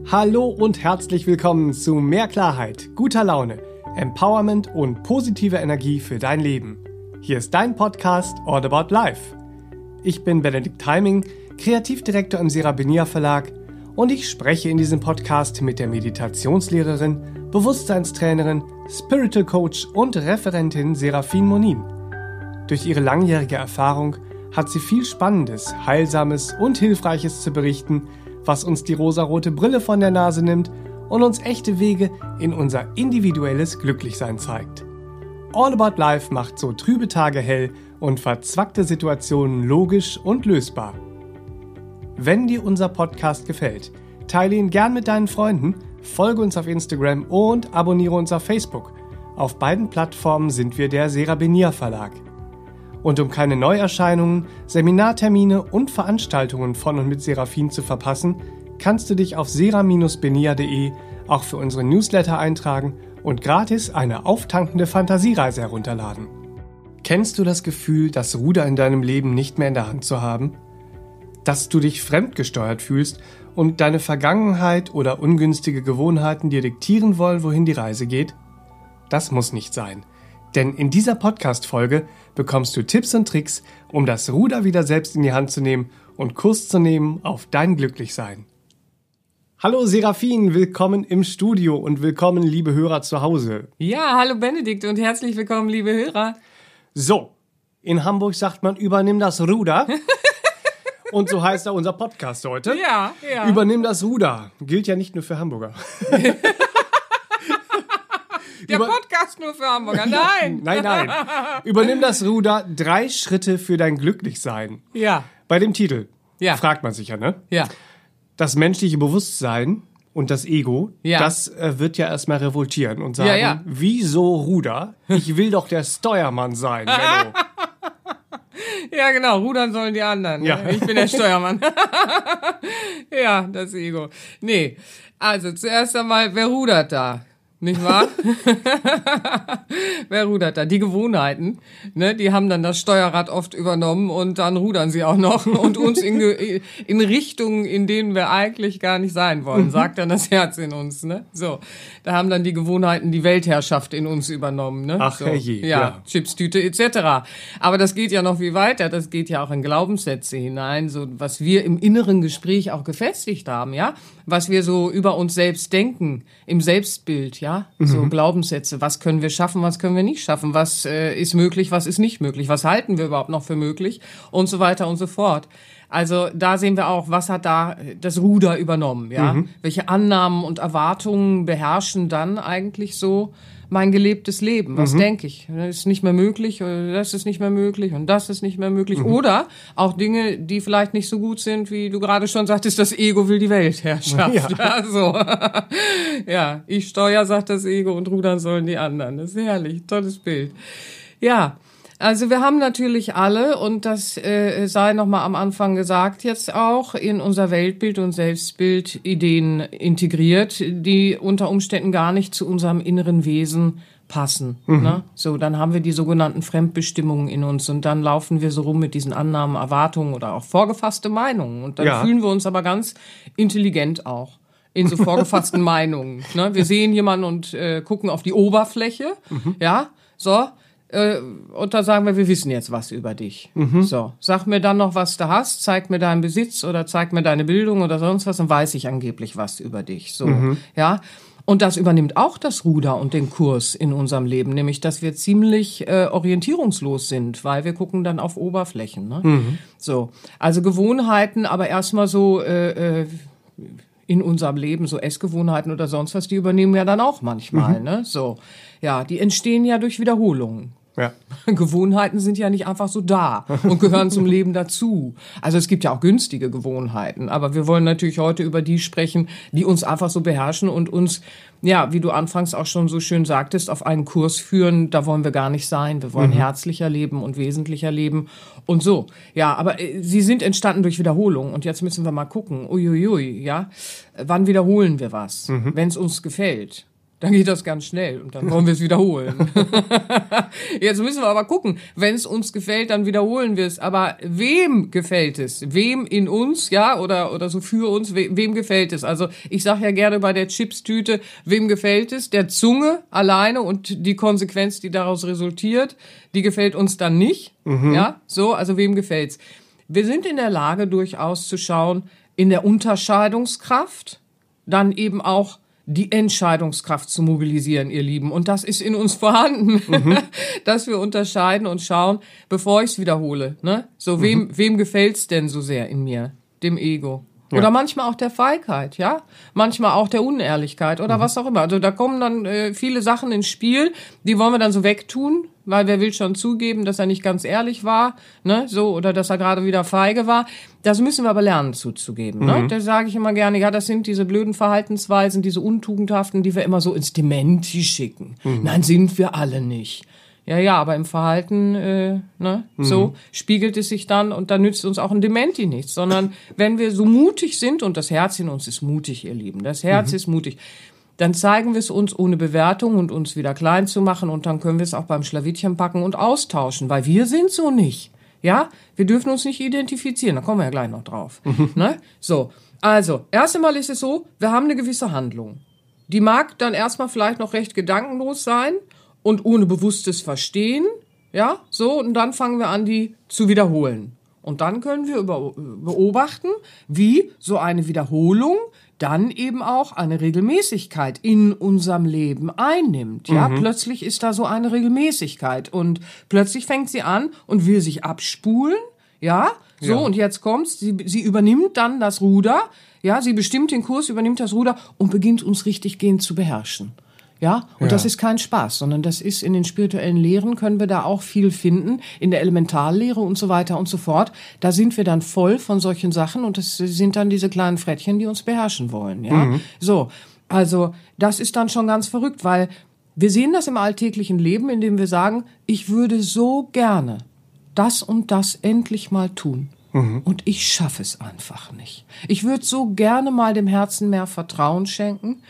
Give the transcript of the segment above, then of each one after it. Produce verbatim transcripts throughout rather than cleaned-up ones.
Hallo und herzlich willkommen zu mehr Klarheit, guter Laune, Empowerment und positiver Energie für dein Leben. Hier ist dein Podcast All About Life. Ich bin Benedikt Heiming, Kreativdirektor im Serabenia Verlag und ich spreche in diesem Podcast mit der Meditationslehrerin, Bewusstseinstrainerin, Spiritual Coach und Referentin Serafin Monin. Durch ihre langjährige Erfahrung hat sie viel Spannendes, Heilsames und Hilfreiches zu berichten, was uns die rosarote Brille von der Nase nimmt und uns echte Wege in unser individuelles Glücklichsein zeigt. All About Life macht so trübe Tage hell und verzwackte Situationen logisch und lösbar. Wenn dir unser Podcast gefällt, teile ihn gern mit deinen Freunden, folge uns auf Instagram und abonniere uns auf Facebook. Auf beiden Plattformen sind wir der Serabenia Verlag. Und um keine Neuerscheinungen, Seminartermine und Veranstaltungen von und mit Serafin zu verpassen, kannst du dich auf sera Bindestrich benia punkt de auch für unsere Newsletter eintragen und gratis eine auftankende Fantasiereise herunterladen. Kennst du das Gefühl, das Ruder in deinem Leben nicht mehr in der Hand zu haben? Dass du dich fremdgesteuert fühlst und deine Vergangenheit oder ungünstige Gewohnheiten dir diktieren wollen, wohin die Reise geht? Das muss nicht sein. Denn in dieser Podcast-Folge bekommst du Tipps und Tricks, um das Ruder wieder selbst in die Hand zu nehmen und Kurs zu nehmen auf dein Glücklichsein. Hallo Serafin, willkommen im Studio und willkommen, liebe Hörer zu Hause. Ja, hallo Benedikt und herzlich willkommen, liebe Hörer. So, in Hamburg sagt man, übernimm das Ruder. Und so heißt da unser Podcast heute. Ja, ja. Übernimm das Ruder. Gilt ja nicht nur für Hamburger. Der Über- Podcast nur für Hamburger, nein. nein, nein. Übernimm das Ruder, drei Schritte für dein Glücklichsein. Ja. Bei dem Titel ja. fragt man sich ja, ne? Ja. Das menschliche Bewusstsein und das Ego, ja. das äh, wird ja erstmal revoltieren und sagen, ja, ja. wieso Ruder? Ich will doch der Steuermann sein, Benno. Ja, genau, rudern sollen die anderen. Ja. Ich bin der Steuermann. Ja, das Ego. Nee, also zuerst einmal, wer rudert da? Nicht wahr? Wer rudert da? Die Gewohnheiten, ne? Die haben dann das Steuerrad oft übernommen und dann rudern sie auch noch und uns in, in Richtungen, in denen wir eigentlich gar nicht sein wollen, sagt dann das Herz in uns, ne? So, da haben dann die Gewohnheiten die Weltherrschaft in uns übernommen, ne? Ach, so. herrje, ja, ja. Chipstüte et cetera. Aber das geht ja noch viel weiter, das geht ja auch in Glaubenssätze hinein, so was wir im inneren Gespräch auch gefestigt haben, ja? Was wir so über uns selbst denken, im Selbstbild, ja? Ja, so mhm. Glaubenssätze. Was können wir schaffen, was können wir nicht schaffen? Was äh, ist möglich, was ist nicht möglich? Was halten wir überhaupt noch für möglich? Und so weiter und so fort. Also da sehen wir auch, was hat da das Ruder übernommen? Ja, mhm. Welche Annahmen und Erwartungen beherrschen dann eigentlich so mein gelebtes Leben? Was mhm. denke ich? Das ist nicht mehr möglich, oder das ist nicht mehr möglich und das ist nicht mehr möglich. Mhm. Oder auch Dinge, die vielleicht nicht so gut sind, wie du gerade schon sagtest, das Ego will die Weltherrschaft. Ja. Also, ja, ich steuere, sagt das Ego, und rudern sollen die anderen. Das ist herrlich, tolles Bild. Ja, also wir haben natürlich alle, und das äh, sei nochmal am Anfang gesagt jetzt auch, in unser Weltbild und Selbstbild Ideen integriert, die unter Umständen gar nicht zu unserem inneren Wesen passen. Mhm. Ne? So, dann haben wir die sogenannten Fremdbestimmungen in uns und dann laufen wir so rum mit diesen Annahmen, Erwartungen oder auch vorgefasste Meinungen. Und dann ja. fühlen wir uns aber ganz intelligent auch in so vorgefassten Meinungen. Ne? Wir sehen jemanden und äh, gucken auf die Oberfläche, mhm. ja, so. Und dann sagen wir, wir wissen jetzt was über dich. Mhm. So, sag mir dann noch, was du hast, zeig mir deinen Besitz oder zeig mir deine Bildung oder sonst was, dann weiß ich angeblich was über dich. So, mhm. ja. Und das übernimmt auch das Ruder und den Kurs in unserem Leben, nämlich, dass wir ziemlich äh, orientierungslos sind, weil wir gucken dann auf Oberflächen. Ne? Mhm. So, also Gewohnheiten, aber erstmal so äh, äh, in unserem Leben, so Essgewohnheiten oder sonst was, die übernehmen wir dann auch manchmal. Mhm. Ne? So, ja, die entstehen ja durch Wiederholungen. Ja. Gewohnheiten sind ja nicht einfach so da und gehören zum Leben dazu. Also es gibt ja auch günstige Gewohnheiten, aber wir wollen natürlich heute über die sprechen, die uns einfach so beherrschen und uns, ja, wie du anfangs auch schon so schön sagtest, auf einen Kurs führen. Da wollen wir gar nicht sein. Wir wollen mhm. herzlicher leben und wesentlicher leben und so. Ja, aber äh, sie sind entstanden durch Wiederholung und jetzt müssen wir mal gucken. Uiuiui, ja, wann wiederholen wir was, mhm. wenn es uns gefällt? dann geht das ganz schnell und dann wollen wir es wiederholen. Jetzt müssen wir aber gucken, wenn es uns gefällt, dann wiederholen wir es. Aber wem gefällt es? Wem in uns, ja, oder oder so für uns, we, wem gefällt es? Also ich sage ja gerne bei der Chipstüte, wem gefällt es? Der Zunge alleine und die Konsequenz, die daraus resultiert, die gefällt uns dann nicht. Mhm. Ja, so, also wem gefällt's? Wir sind in der Lage, durchaus zu schauen, in der Unterscheidungskraft, dann eben auch die Entscheidungskraft zu mobilisieren, ihr Lieben. Und das ist in uns vorhanden, mhm. dass wir unterscheiden und schauen, bevor ich es wiederhole. Ne? So, wem, mhm. wem gefällt's denn so sehr in mir? Dem Ego. Ja. Oder manchmal auch der Feigheit, ja? Manchmal auch der Unehrlichkeit oder mhm. was auch immer. Also da kommen dann äh, viele Sachen ins Spiel, die wollen wir dann so wegtun, weil wer will schon zugeben, dass er nicht ganz ehrlich war, ne, so, oder dass er gerade wieder feige war. Das müssen wir aber lernen zuzugeben, ne? Mhm. Da sage ich immer gerne, ja, das sind diese blöden Verhaltensweisen, diese untugendhaften, die wir immer so ins Dementi schicken. Mhm. Nein, sind wir alle nicht. Ja, ja, aber im Verhalten, äh, ne, mhm. so spiegelt es sich dann und dann nützt uns auch ein Dementi nichts, sondern wenn wir so mutig sind, und das Herz in uns ist mutig, ihr Lieben, das Herz mhm. ist mutig, dann zeigen wir es uns ohne Bewertung und uns wieder klein zu machen und dann können wir es auch beim Schlawittchen packen und austauschen, weil wir sind so nicht, ja, wir dürfen uns nicht identifizieren, da kommen wir ja gleich noch drauf, mhm. ne, so, also, erst einmal ist es so, wir haben eine gewisse Handlung, die mag dann erstmal vielleicht noch recht gedankenlos sein, und ohne bewusstes Verstehen, ja, so, und dann fangen wir an, die zu wiederholen. Und dann können wir über, beobachten, wie so eine Wiederholung dann eben auch eine Regelmäßigkeit in unserem Leben einnimmt, ja. Mhm. Plötzlich ist da so eine Regelmäßigkeit und plötzlich fängt sie an und will sich abspulen, ja, so, ja. Und jetzt kommt's, sie, sie übernimmt dann das Ruder, ja, sie bestimmt den Kurs, übernimmt das Ruder und beginnt uns richtig gehend zu beherrschen. Ja, und ja. das ist kein Spaß, sondern das ist in den spirituellen Lehren können wir da auch viel finden, in der Elementallehre und so weiter und so fort. Da sind wir dann voll von solchen Sachen und das sind dann diese kleinen Frettchen, die uns beherrschen wollen, ja. Mhm. So, also das ist dann schon ganz verrückt, weil wir sehen das im alltäglichen Leben, indem wir sagen, ich würde so gerne das und das endlich mal tun. Mhm. Und ich schaffe es einfach nicht. Ich würde so gerne mal dem Herzen mehr Vertrauen schenken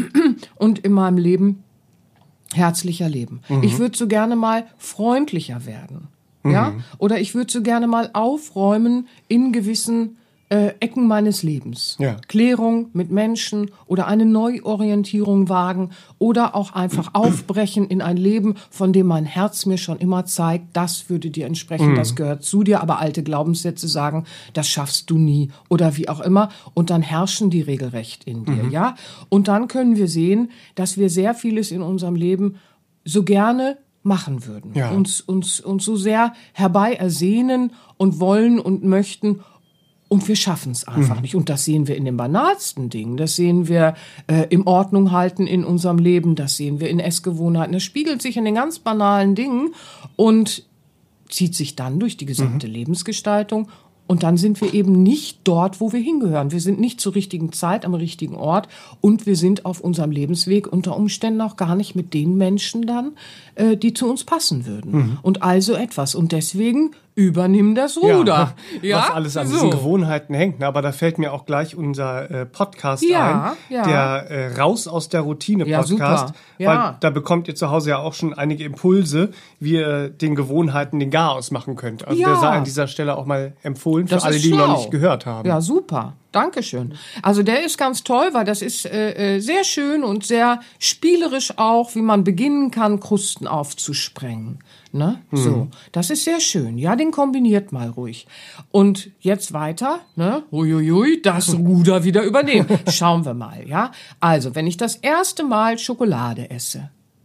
und in meinem Leben herzlicher leben. Mhm. Ich würde so gerne mal freundlicher werden. Mhm. Ja? Oder ich würde so gerne mal aufräumen in gewissen äh, Ecken meines Lebens. Ja. Klärung mit Menschen oder eine Neuorientierung wagen oder auch einfach aufbrechen in ein Leben, von dem mein Herz mir schon immer zeigt, das würde dir entsprechen, mhm. das gehört zu dir, aber alte Glaubenssätze sagen, das schaffst du nie oder wie auch immer und dann herrschen die regelrecht in dir, mhm. ja? Und dann können wir sehen, dass wir sehr vieles in unserem Leben so gerne machen würden, ja. uns, uns, uns so sehr herbei ersehnen und wollen und möchten. Und wir schaffen es einfach mhm. nicht. Und das sehen wir in den banalsten Dingen. Das sehen wir äh, im Ordnung halten in unserem Leben. Das sehen wir in Essgewohnheiten. Das spiegelt sich in den ganz banalen Dingen und zieht sich dann durch die gesamte mhm. Lebensgestaltung. Und dann sind wir eben nicht dort, wo wir hingehören. Wir sind nicht zur richtigen Zeit am richtigen Ort. Und wir sind auf unserem Lebensweg unter Umständen auch gar nicht mit den Menschen dann, äh, die zu uns passen würden. Mhm. Und also etwas. Und deswegen übernimm das Ruder. Ja, ja? Was alles an so. diesen Gewohnheiten hängt. Aber da fällt mir auch gleich unser äh, Podcast ja, ein, ja. der äh, Raus aus der Routine Podcast. Ja, ja. Weil da bekommt ihr zu Hause ja auch schon einige Impulse, wie ihr den Gewohnheiten den Garaus machen könnt. Also ja. der sei an dieser Stelle auch mal empfohlen für das alle, die ihn noch nicht gehört haben. Ja, super. Dankeschön. Also der ist ganz toll, weil das ist äh, sehr schön und sehr spielerisch auch, wie man beginnen kann, Krusten aufzusprengen. Ne? Hm. So, das ist sehr schön. Ja, den kombiniert mal ruhig. Und jetzt weiter, ne? Uiuiui, das Ruder wieder übernehmen. Schauen wir mal, ja? Also, wenn ich das erste Mal Schokolade esse.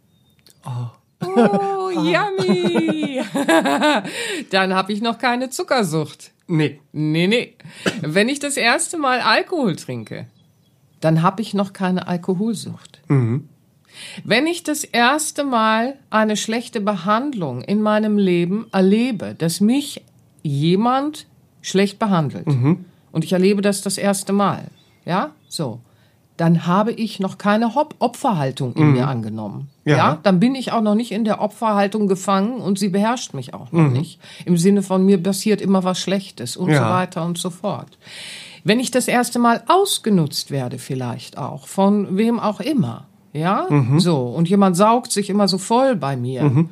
Oh, oh yummy! Dann habe ich noch keine Zuckersucht. Nee. Nee, nee. Wenn ich das erste Mal Alkohol trinke, dann habe ich noch keine Alkoholsucht. Mhm. Wenn ich das erste Mal eine schlechte Behandlung in meinem Leben erlebe, dass mich jemand schlecht behandelt, mhm. und ich erlebe das das erste Mal, ja, so, dann habe ich noch keine Opferhaltung in mhm. mir angenommen. Ja. ja, dann bin ich auch noch nicht in der Opferhaltung gefangen und sie beherrscht mich auch noch mhm. nicht. Im Sinne von mir passiert immer was Schlechtes und ja. so weiter und so fort. Wenn ich das erste Mal ausgenutzt werde vielleicht auch, von wem auch immer, ja, mhm. so, und jemand saugt sich immer so voll bei mir, mhm.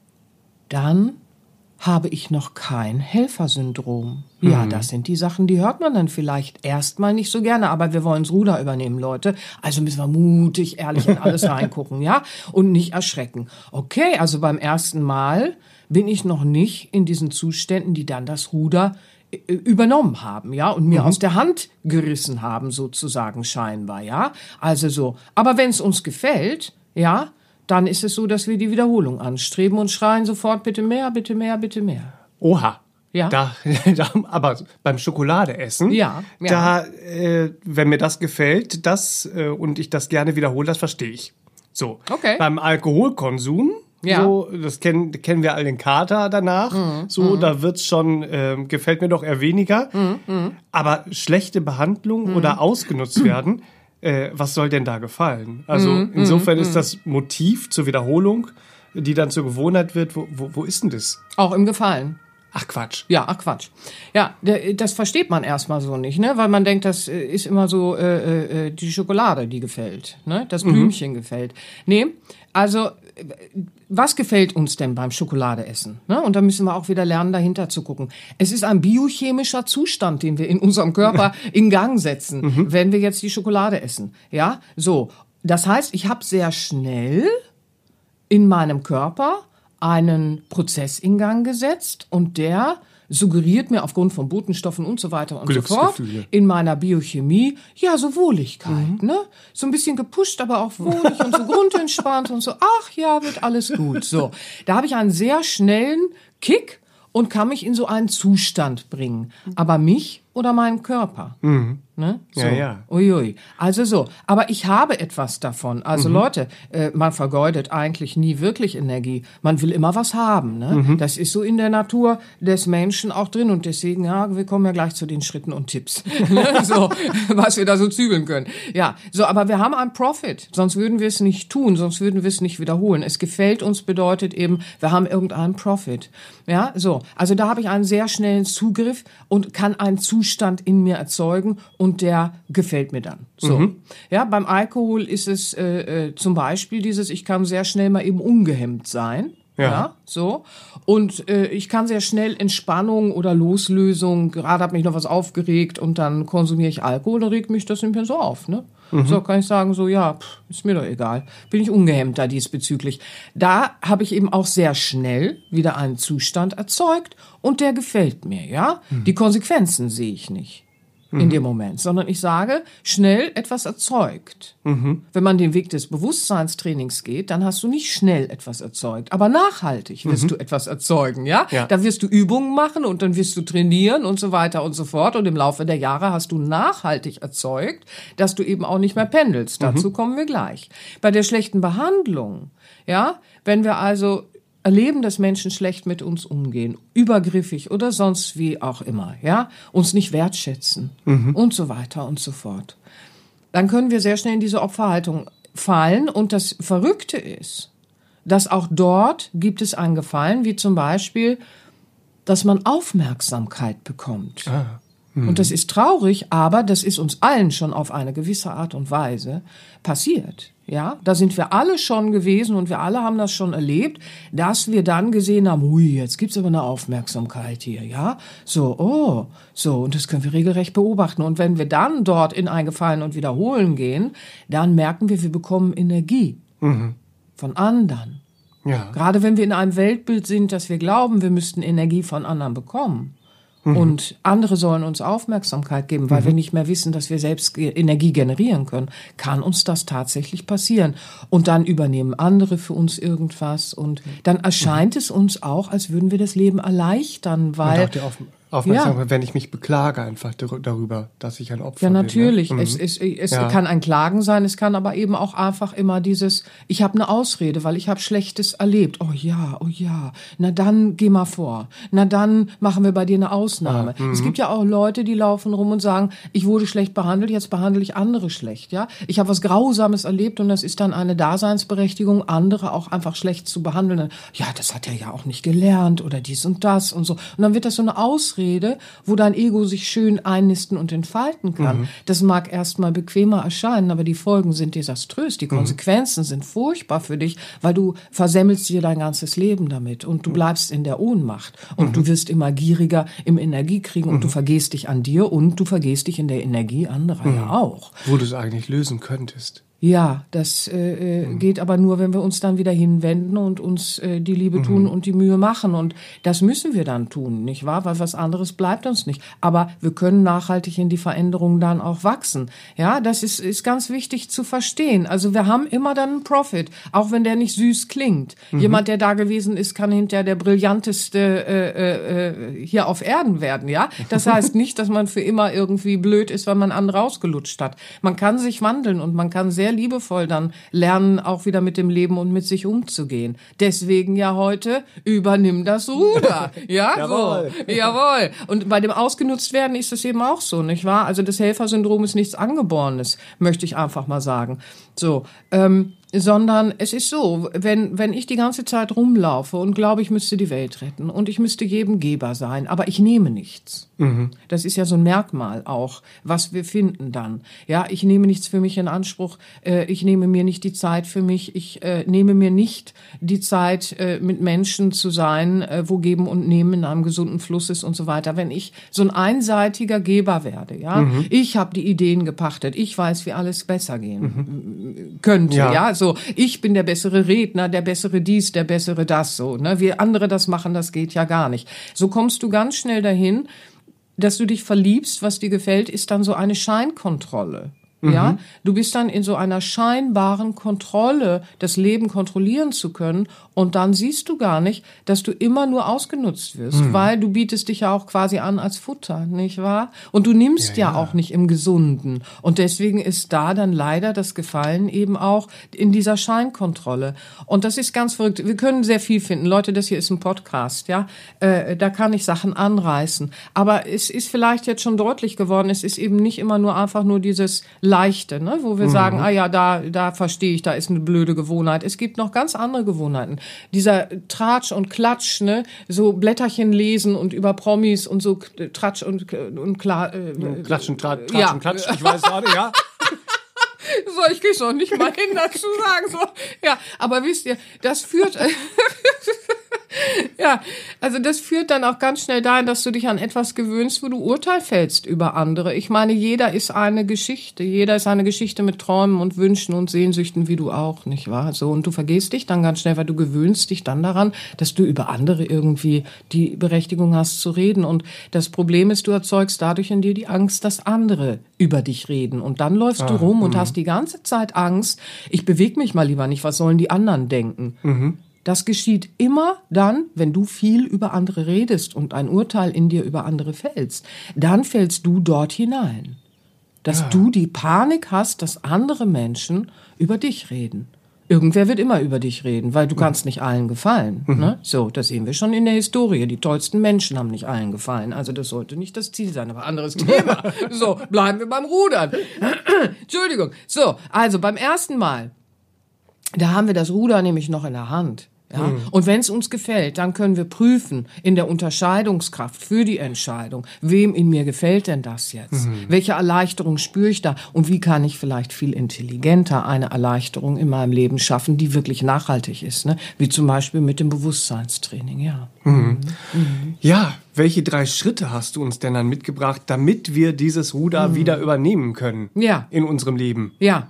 dann habe ich noch kein Helfersyndrom. Mhm. Ja, das sind die Sachen, die hört man dann vielleicht erstmal nicht so gerne, aber wir wollen das Ruder übernehmen, Leute. Also müssen wir mutig, ehrlich in alles reingucken, ja, und nicht erschrecken. Okay, also beim ersten Mal bin ich noch nicht in diesen Zuständen, die dann das Ruder übernommen haben, ja, und mir mhm. aus der Hand gerissen haben, sozusagen scheinbar, ja. Also so. Aber wenn es uns gefällt, ja, dann ist es so, dass wir die Wiederholung anstreben und schreien sofort, bitte mehr, bitte mehr, bitte mehr. Oha. Ja. Da, da, aber beim Schokoladeessen, ja, ja. da, äh, wenn mir das gefällt, das äh, und ich das gerne wiederhole, das verstehe ich. So. Okay. Beim Alkoholkonsum, ja. so, das kennen, kennen wir all den Kater danach, mhm. so, mhm. da wird's schon, äh, gefällt mir doch eher weniger. Mhm. Aber schlechte Behandlung mhm. oder ausgenutzt werden, Äh, was soll denn da gefallen? Also mm, insofern mm, ist das Motiv zur Wiederholung, die dann zur Gewohnheit wird, wo, wo, wo ist denn das? Auch im Gefallen. Ach Quatsch. Ja, ach Quatsch. Ja, das versteht man erstmal so nicht, ne? Weil man denkt, das ist immer so äh, äh, die Schokolade, die gefällt, ne? Das Blümchen mhm. gefällt. Nee, also was gefällt uns denn beim Schokoladeessen? Ne? Und da müssen wir auch wieder lernen, dahinter zu gucken. Es ist ein biochemischer Zustand, den wir in unserem Körper in Gang setzen, mhm. wenn wir jetzt die Schokolade essen. Ja, so. Das heißt, ich habe sehr schnell in meinem Körper einen Prozess in Gang gesetzt und der suggeriert mir aufgrund von Botenstoffen und so weiter und so fort in meiner Biochemie, ja, so Wohligkeit, mhm. ne? So ein bisschen gepusht, aber auch wohlig und so grundentspannt und so, ach ja, wird alles gut. So, da habe ich einen sehr schnellen Kick und kann mich in so einen Zustand bringen. Aber mich oder meinen Körper. Mhm. Ne? So. Ja, ja. Uiui. Also so. Aber ich habe etwas davon. Also mhm. Leute, äh, man vergeudet eigentlich nie wirklich Energie. Man will immer was haben. Ne? Mhm. Das ist so in der Natur des Menschen auch drin. Und deswegen, ja, wir kommen ja gleich zu den Schritten und Tipps. ne? So, was wir da so zügeln können. Ja, so, aber wir haben einen Profit. Sonst würden wir es nicht tun. Sonst würden wir es nicht wiederholen. Es gefällt uns bedeutet eben, wir haben irgendeinen Profit. Ja, so. Also da habe ich einen sehr schnellen Zugriff und kann einen Zustand in mir erzeugen und der gefällt mir dann. So. Mhm. Ja, beim Alkohol ist es äh, äh, zum Beispiel dieses, ich kann sehr schnell mal eben ungehemmt sein. Ja. ja, so. Und äh, ich kann sehr schnell Entspannung oder Loslösung, gerade hat mich noch was aufgeregt und dann konsumiere ich Alkohol, dann regt mich das nicht mehr so auf, ne? Mhm. So kann ich sagen, so, ja, pff, ist mir doch egal. Bin ich ungehemmt da diesbezüglich. Da habe ich eben auch sehr schnell wieder einen Zustand erzeugt und der gefällt mir, ja? Mhm. Die Konsequenzen sehe ich nicht. In dem Moment, sondern ich sage, schnell etwas erzeugt. Mhm. Wenn man den Weg des Bewusstseinstrainings geht, dann hast du nicht schnell etwas erzeugt, aber nachhaltig wirst mhm. du etwas erzeugen, ja? ja? Da wirst du Übungen machen und dann wirst du trainieren und so weiter und so fort und im Laufe der Jahre hast du nachhaltig erzeugt, dass du eben auch nicht mehr pendelst. Mhm. Dazu kommen wir gleich. Bei der schlechten Behandlung, ja, wenn wir also erleben, dass Menschen schlecht mit uns umgehen, übergriffig oder sonst wie auch immer, ja, uns nicht wertschätzen mhm. und so weiter und so fort. Dann können wir sehr schnell in diese Opferhaltung fallen und das Verrückte ist, dass auch dort gibt es ein Gefallen, wie zum Beispiel, dass man Aufmerksamkeit bekommt. Ah. Mhm. Und das ist traurig, aber das ist uns allen schon auf eine gewisse Art und Weise passiert. Ja, da sind wir alle schon gewesen und wir alle haben das schon erlebt, dass wir dann gesehen haben, ui, jetzt gibt's aber eine Aufmerksamkeit hier, ja, so, oh, so, und das können wir regelrecht beobachten. Und wenn wir dann dort in ein Gefallen und Wiederholen gehen, dann merken wir, wir bekommen Energie mhm. von anderen. Ja. Gerade wenn wir in einem Weltbild sind, dass wir glauben, wir müssten Energie von anderen bekommen. Und andere sollen uns Aufmerksamkeit geben, weil mhm. wir nicht mehr wissen, dass wir selbst Energie generieren können, kann uns das tatsächlich passieren. Und dann übernehmen andere für uns irgendwas und dann erscheint mhm. es uns auch, als würden wir das Leben erleichtern, weil... Und auch die Auf- Aufmerksamkeit, ja. wenn ich mich beklage einfach darüber, dass ich ein Opfer bin. Ja, natürlich. Bin, ne? Es, es, es ja. kann ein Klagen sein, es kann aber eben auch einfach immer dieses, ich habe eine Ausrede, weil ich habe Schlechtes erlebt. Oh ja, oh ja, na dann geh mal vor. Na dann machen wir bei dir eine Ausnahme. Ah, es gibt ja auch Leute, die laufen rum und sagen, ich wurde schlecht behandelt, jetzt behandle ich andere schlecht. Ja, ich habe was Grausames erlebt und das ist dann eine Daseinsberechtigung, andere auch einfach schlecht zu behandeln. Ja, das hat er ja auch nicht gelernt oder dies und das und so. Und dann wird das so eine Ausrede Ausrede, wo dein Ego sich schön einnisten und entfalten kann. Mhm. Das mag erstmal bequemer erscheinen, aber die Folgen sind desaströs. Die Konsequenzen mhm. sind furchtbar für dich, weil du versemmelst dir dein ganzes Leben damit und du bleibst in der Ohnmacht und mhm. du wirst immer gieriger im Energiekriegen mhm. und du vergehst dich an dir und du vergehst dich in der Energie anderer mhm. ja auch. Wo du es eigentlich lösen könntest. Ja, das äh, mhm. geht aber nur, wenn wir uns dann wieder hinwenden und uns äh, die Liebe mhm. tun und die Mühe machen. Und das müssen wir dann tun, nicht wahr? Weil was anderes bleibt uns nicht. Aber wir können nachhaltig in die Veränderung dann auch wachsen. Ja, das ist, ist ganz wichtig zu verstehen. Also wir haben immer dann einen Profit, auch wenn der nicht süß klingt. Mhm. Jemand, der da gewesen ist, kann hinterher der brillanteste äh, äh, hier auf Erden werden, ja? Das heißt nicht, dass man für immer irgendwie blöd ist, weil man andere ausgelutscht hat. Man kann sich wandeln und man kann sehr liebevoll dann lernen, auch wieder mit dem Leben und mit sich umzugehen. Deswegen ja heute, übernimm das Ruder. Ja, Jawohl. so. Jawohl. Und bei dem ausgenutzt werden ist es eben auch so, nicht wahr? Also das Helfersyndrom ist nichts Angeborenes, möchte ich einfach mal sagen. So, ähm, sondern es ist so, wenn wenn ich die ganze Zeit rumlaufe und glaube, ich müsste die Welt retten und ich müsste jedem Geber sein, aber ich nehme nichts. Mhm. Das ist ja so ein Merkmal auch, was wir finden dann. Ja, ich nehme nichts für mich in Anspruch, äh, ich nehme mir nicht die Zeit für mich, ich äh, nehme mir nicht die Zeit, äh, mit Menschen zu sein, äh, wo Geben und Nehmen in einem gesunden Fluss ist und so weiter. Wenn ich so ein einseitiger Geber werde, ja, mhm. ich habe die Ideen gepachtet, ich weiß, wie alles besser gehen mhm. könnte, ja, ja? So, ich bin der bessere Redner, der bessere dies, der bessere das, so, ne? Wie andere das machen, das geht ja gar nicht. So kommst du ganz schnell dahin, dass du dich verliebst, was dir gefällt, ist dann so eine Scheinkontrolle. Mhm. Ja, du bist dann in so einer scheinbaren Kontrolle, das Leben kontrollieren zu können, und dann siehst du gar nicht, dass du immer nur ausgenutzt wirst, mhm. weil du bietest dich ja auch quasi an als Futter, nicht wahr? Und du nimmst ja, ja, ja auch nicht im Gesunden. Und deswegen ist da dann leider das Gefallen eben auch in dieser Scheinkontrolle. Und das ist ganz verrückt. Wir können sehr viel finden. Leute, das hier ist ein Podcast, ja. Äh, da kann ich Sachen anreißen. Aber es ist vielleicht jetzt schon deutlich geworden, es ist eben nicht immer nur einfach nur dieses Leichte, ne, wo wir mhm. sagen, ah ja, da, da verstehe ich, da ist eine blöde Gewohnheit. Es gibt noch ganz andere Gewohnheiten. Dieser Tratsch und Klatsch, ne, so Blätterchen lesen und über Promis und so Tratsch und, und klar, äh, Klatsch und Tratsch, Tratsch ja. und Klatsch, ich weiß gerade, ja. So, ich krieg's auch nicht mal hin, dazu sagen, so. Ja, aber wisst ihr, das führt, ja, also das führt dann auch ganz schnell dahin, dass du dich an etwas gewöhnst, wo du Urteil fällst über andere. Ich meine, jeder ist eine Geschichte. Jeder ist eine Geschichte mit Träumen und Wünschen und Sehnsüchten, wie du auch, nicht wahr? So, und du vergehst dich dann ganz schnell, weil du gewöhnst dich dann daran, dass du über andere irgendwie die Berechtigung hast zu reden. Und das Problem ist, du erzeugst dadurch in dir die Angst, dass andere über dich reden. Und dann läufst ah, du rum und hast die ganze Zeit Angst, ich bewege mich mal lieber nicht, was sollen die anderen denken? Mhm. Das geschieht immer dann, wenn du viel über andere redest und ein Urteil in dir über andere fällst. Dann fällst du dort hinein. Dass ja. du die Panik hast, dass andere Menschen über dich reden. Irgendwer wird immer über dich reden, weil du mhm. kannst nicht allen gefallen. Mhm. Ne? So, das sehen wir schon in der Historie. Die tollsten Menschen haben nicht allen gefallen. Also das sollte nicht das Ziel sein, aber anderes Thema. So, bleiben wir beim Rudern. Entschuldigung. So, also beim ersten Mal, da haben wir das Ruder nämlich noch in der Hand. Ja? Mhm. Und wenn es uns gefällt, dann können wir prüfen in der Unterscheidungskraft für die Entscheidung, wem in mir gefällt denn das jetzt? Mhm. Welche Erleichterung spüre ich da? Und wie kann ich vielleicht viel intelligenter eine Erleichterung in meinem Leben schaffen, die wirklich nachhaltig ist? Ne? Wie zum Beispiel mit dem Bewusstseinstraining, ja. Mhm. Mhm. Ja, welche drei Schritte hast du uns denn dann mitgebracht, damit wir dieses Ruder mhm. wieder übernehmen können ja. in unserem Leben? Ja.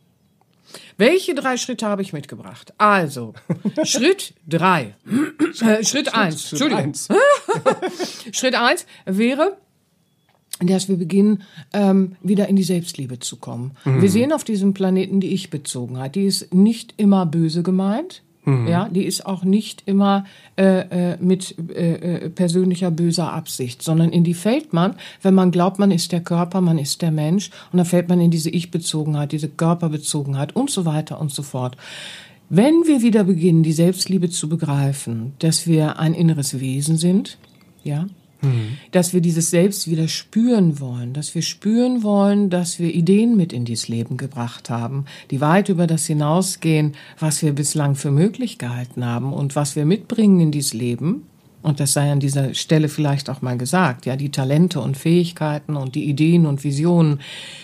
Welche drei Schritte habe ich mitgebracht? Also, Schritt drei. Schritt, Schritt eins. Schritt Entschuldigung. eins. Schritt eins wäre, dass wir beginnen, ähm, wieder in die Selbstliebe zu kommen. Mhm. Wir sehen auf diesem Planeten die Ich-Bezogenheit. Die ist nicht immer böse gemeint. Mhm. Ja, die ist auch nicht immer äh, äh, mit äh, persönlicher böser Absicht, sondern in die fällt man, wenn man glaubt, man ist der Körper, man ist der Mensch, und dann fällt man in diese Ich-Bezogenheit, diese Körperbezogenheit und so weiter und so fort. Wenn wir wieder beginnen, die Selbstliebe zu begreifen, dass wir ein inneres Wesen sind, ja, mhm. dass wir dieses Selbst wieder spüren wollen, dass wir spüren wollen, dass wir Ideen mit in dieses Leben gebracht haben, die weit über das hinausgehen, was wir bislang für möglich gehalten haben und was wir mitbringen in dieses Leben, und das sei an dieser Stelle vielleicht auch mal gesagt, ja, die Talente und Fähigkeiten und die Ideen und Visionen,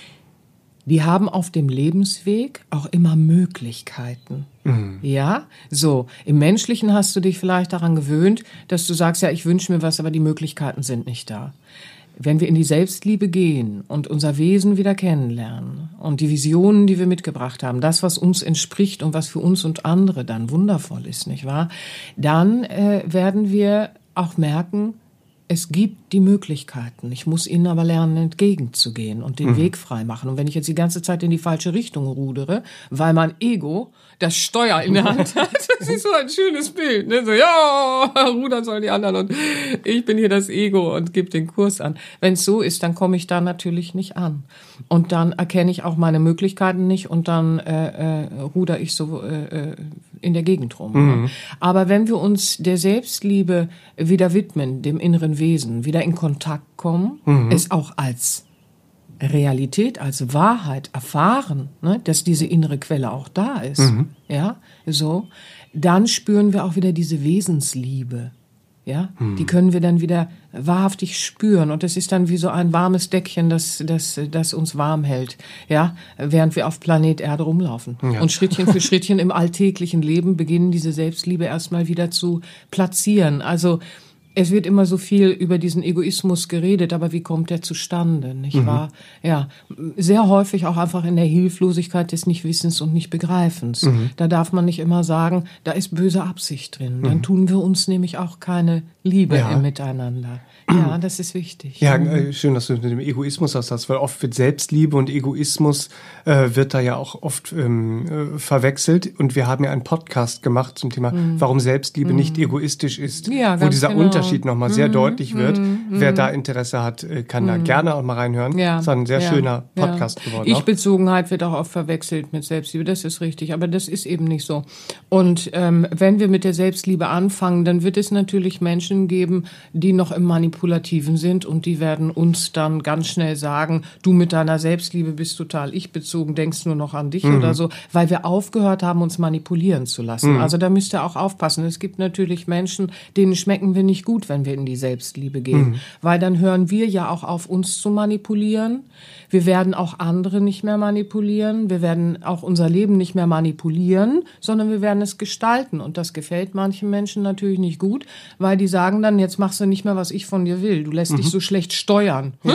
die haben auf dem Lebensweg auch immer Möglichkeiten. Mhm. Ja, so. Im Menschlichen hast du dich vielleicht daran gewöhnt, dass du sagst, ja, ich wünsche mir was, aber die Möglichkeiten sind nicht da. Wenn wir in die Selbstliebe gehen und unser Wesen wieder kennenlernen und die Visionen, die wir mitgebracht haben, das, was uns entspricht und was für uns und andere dann wundervoll ist, nicht wahr? Dann äh, werden wir auch merken, es gibt die Möglichkeiten. Ich muss ihnen aber lernen, entgegenzugehen und den mhm. Weg frei machen. Und wenn ich jetzt die ganze Zeit in die falsche Richtung rudere, weil mein Ego das Steuer in der Hand hat, das ist so ein schönes Bild, ne? So, ja, rudern sollen die anderen und ich bin hier das Ego und gebe den Kurs an. Wenn es so ist, dann komme ich da natürlich nicht an. Und dann erkenne ich auch meine Möglichkeiten nicht und dann äh, äh, ruder ich so äh, in der Gegend rum. Mhm. Ne? Aber wenn wir uns der Selbstliebe wieder widmen, dem inneren Wesen, wieder in Kontakt kommen, mhm. es auch als Realität, als Wahrheit erfahren, ne, dass diese innere Quelle auch da ist, mhm. ja, so, dann spüren wir auch wieder diese Wesensliebe, ja, mhm. die können wir dann wieder wahrhaftig spüren und es ist dann wie so ein warmes Deckchen, das, das, das uns warm hält, ja, während wir auf Planet Erde rumlaufen. Ja. Und Schrittchen für Schrittchen im alltäglichen Leben beginnen diese Selbstliebe erstmal wieder zu platzieren, also es wird immer so viel über diesen Egoismus geredet, aber wie kommt der zustande, nicht mhm. wahr? Ja, sehr häufig auch einfach in der Hilflosigkeit des Nichtwissens und Nichtbegreifens. Mhm. Da darf man nicht immer sagen, da ist böse Absicht drin. Dann mhm. tun wir uns nämlich auch keine Liebe ja. im Miteinander. Ja, das ist wichtig. Ja, äh, schön, dass du mit dem Egoismus das hast, weil oft wird Selbstliebe und Egoismus äh, wird da ja auch oft ähm, äh, verwechselt. Und wir haben ja einen Podcast gemacht zum Thema, mhm. warum Selbstliebe mhm. nicht egoistisch ist, ja, wo dieser genau. Unterschied nochmal mhm. sehr deutlich wird. Mhm. Wer mhm. da Interesse hat, kann mhm. da gerne auch mal reinhören. Ja. Das ist ein sehr ja. schöner Podcast ja. geworden. Ich-Bezogenheit wird auch oft verwechselt mit Selbstliebe, das ist richtig, aber das ist eben nicht so. Und ähm, wenn wir mit der Selbstliebe anfangen, dann wird es natürlich Menschen geben, die noch im Manipulativen sind und die werden uns dann ganz schnell sagen, du mit deiner Selbstliebe bist total ich-bezogen, denkst nur noch an dich mhm. oder so, weil wir aufgehört haben, uns manipulieren zu lassen. Mhm. Also da müsst ihr auch aufpassen. Es gibt natürlich Menschen, denen schmecken wir nicht gut, wenn wir in die Selbstliebe gehen, mhm. weil dann hören wir ja auch auf, uns zu manipulieren. Wir werden auch andere nicht mehr manipulieren. Wir werden auch unser Leben nicht mehr manipulieren, sondern wir werden es gestalten. Und das gefällt manchen Menschen natürlich nicht gut, weil die sagen dann, jetzt machst du nicht mehr, was ich von dir will. Du lässt mhm. dich so schlecht steuern. Ja,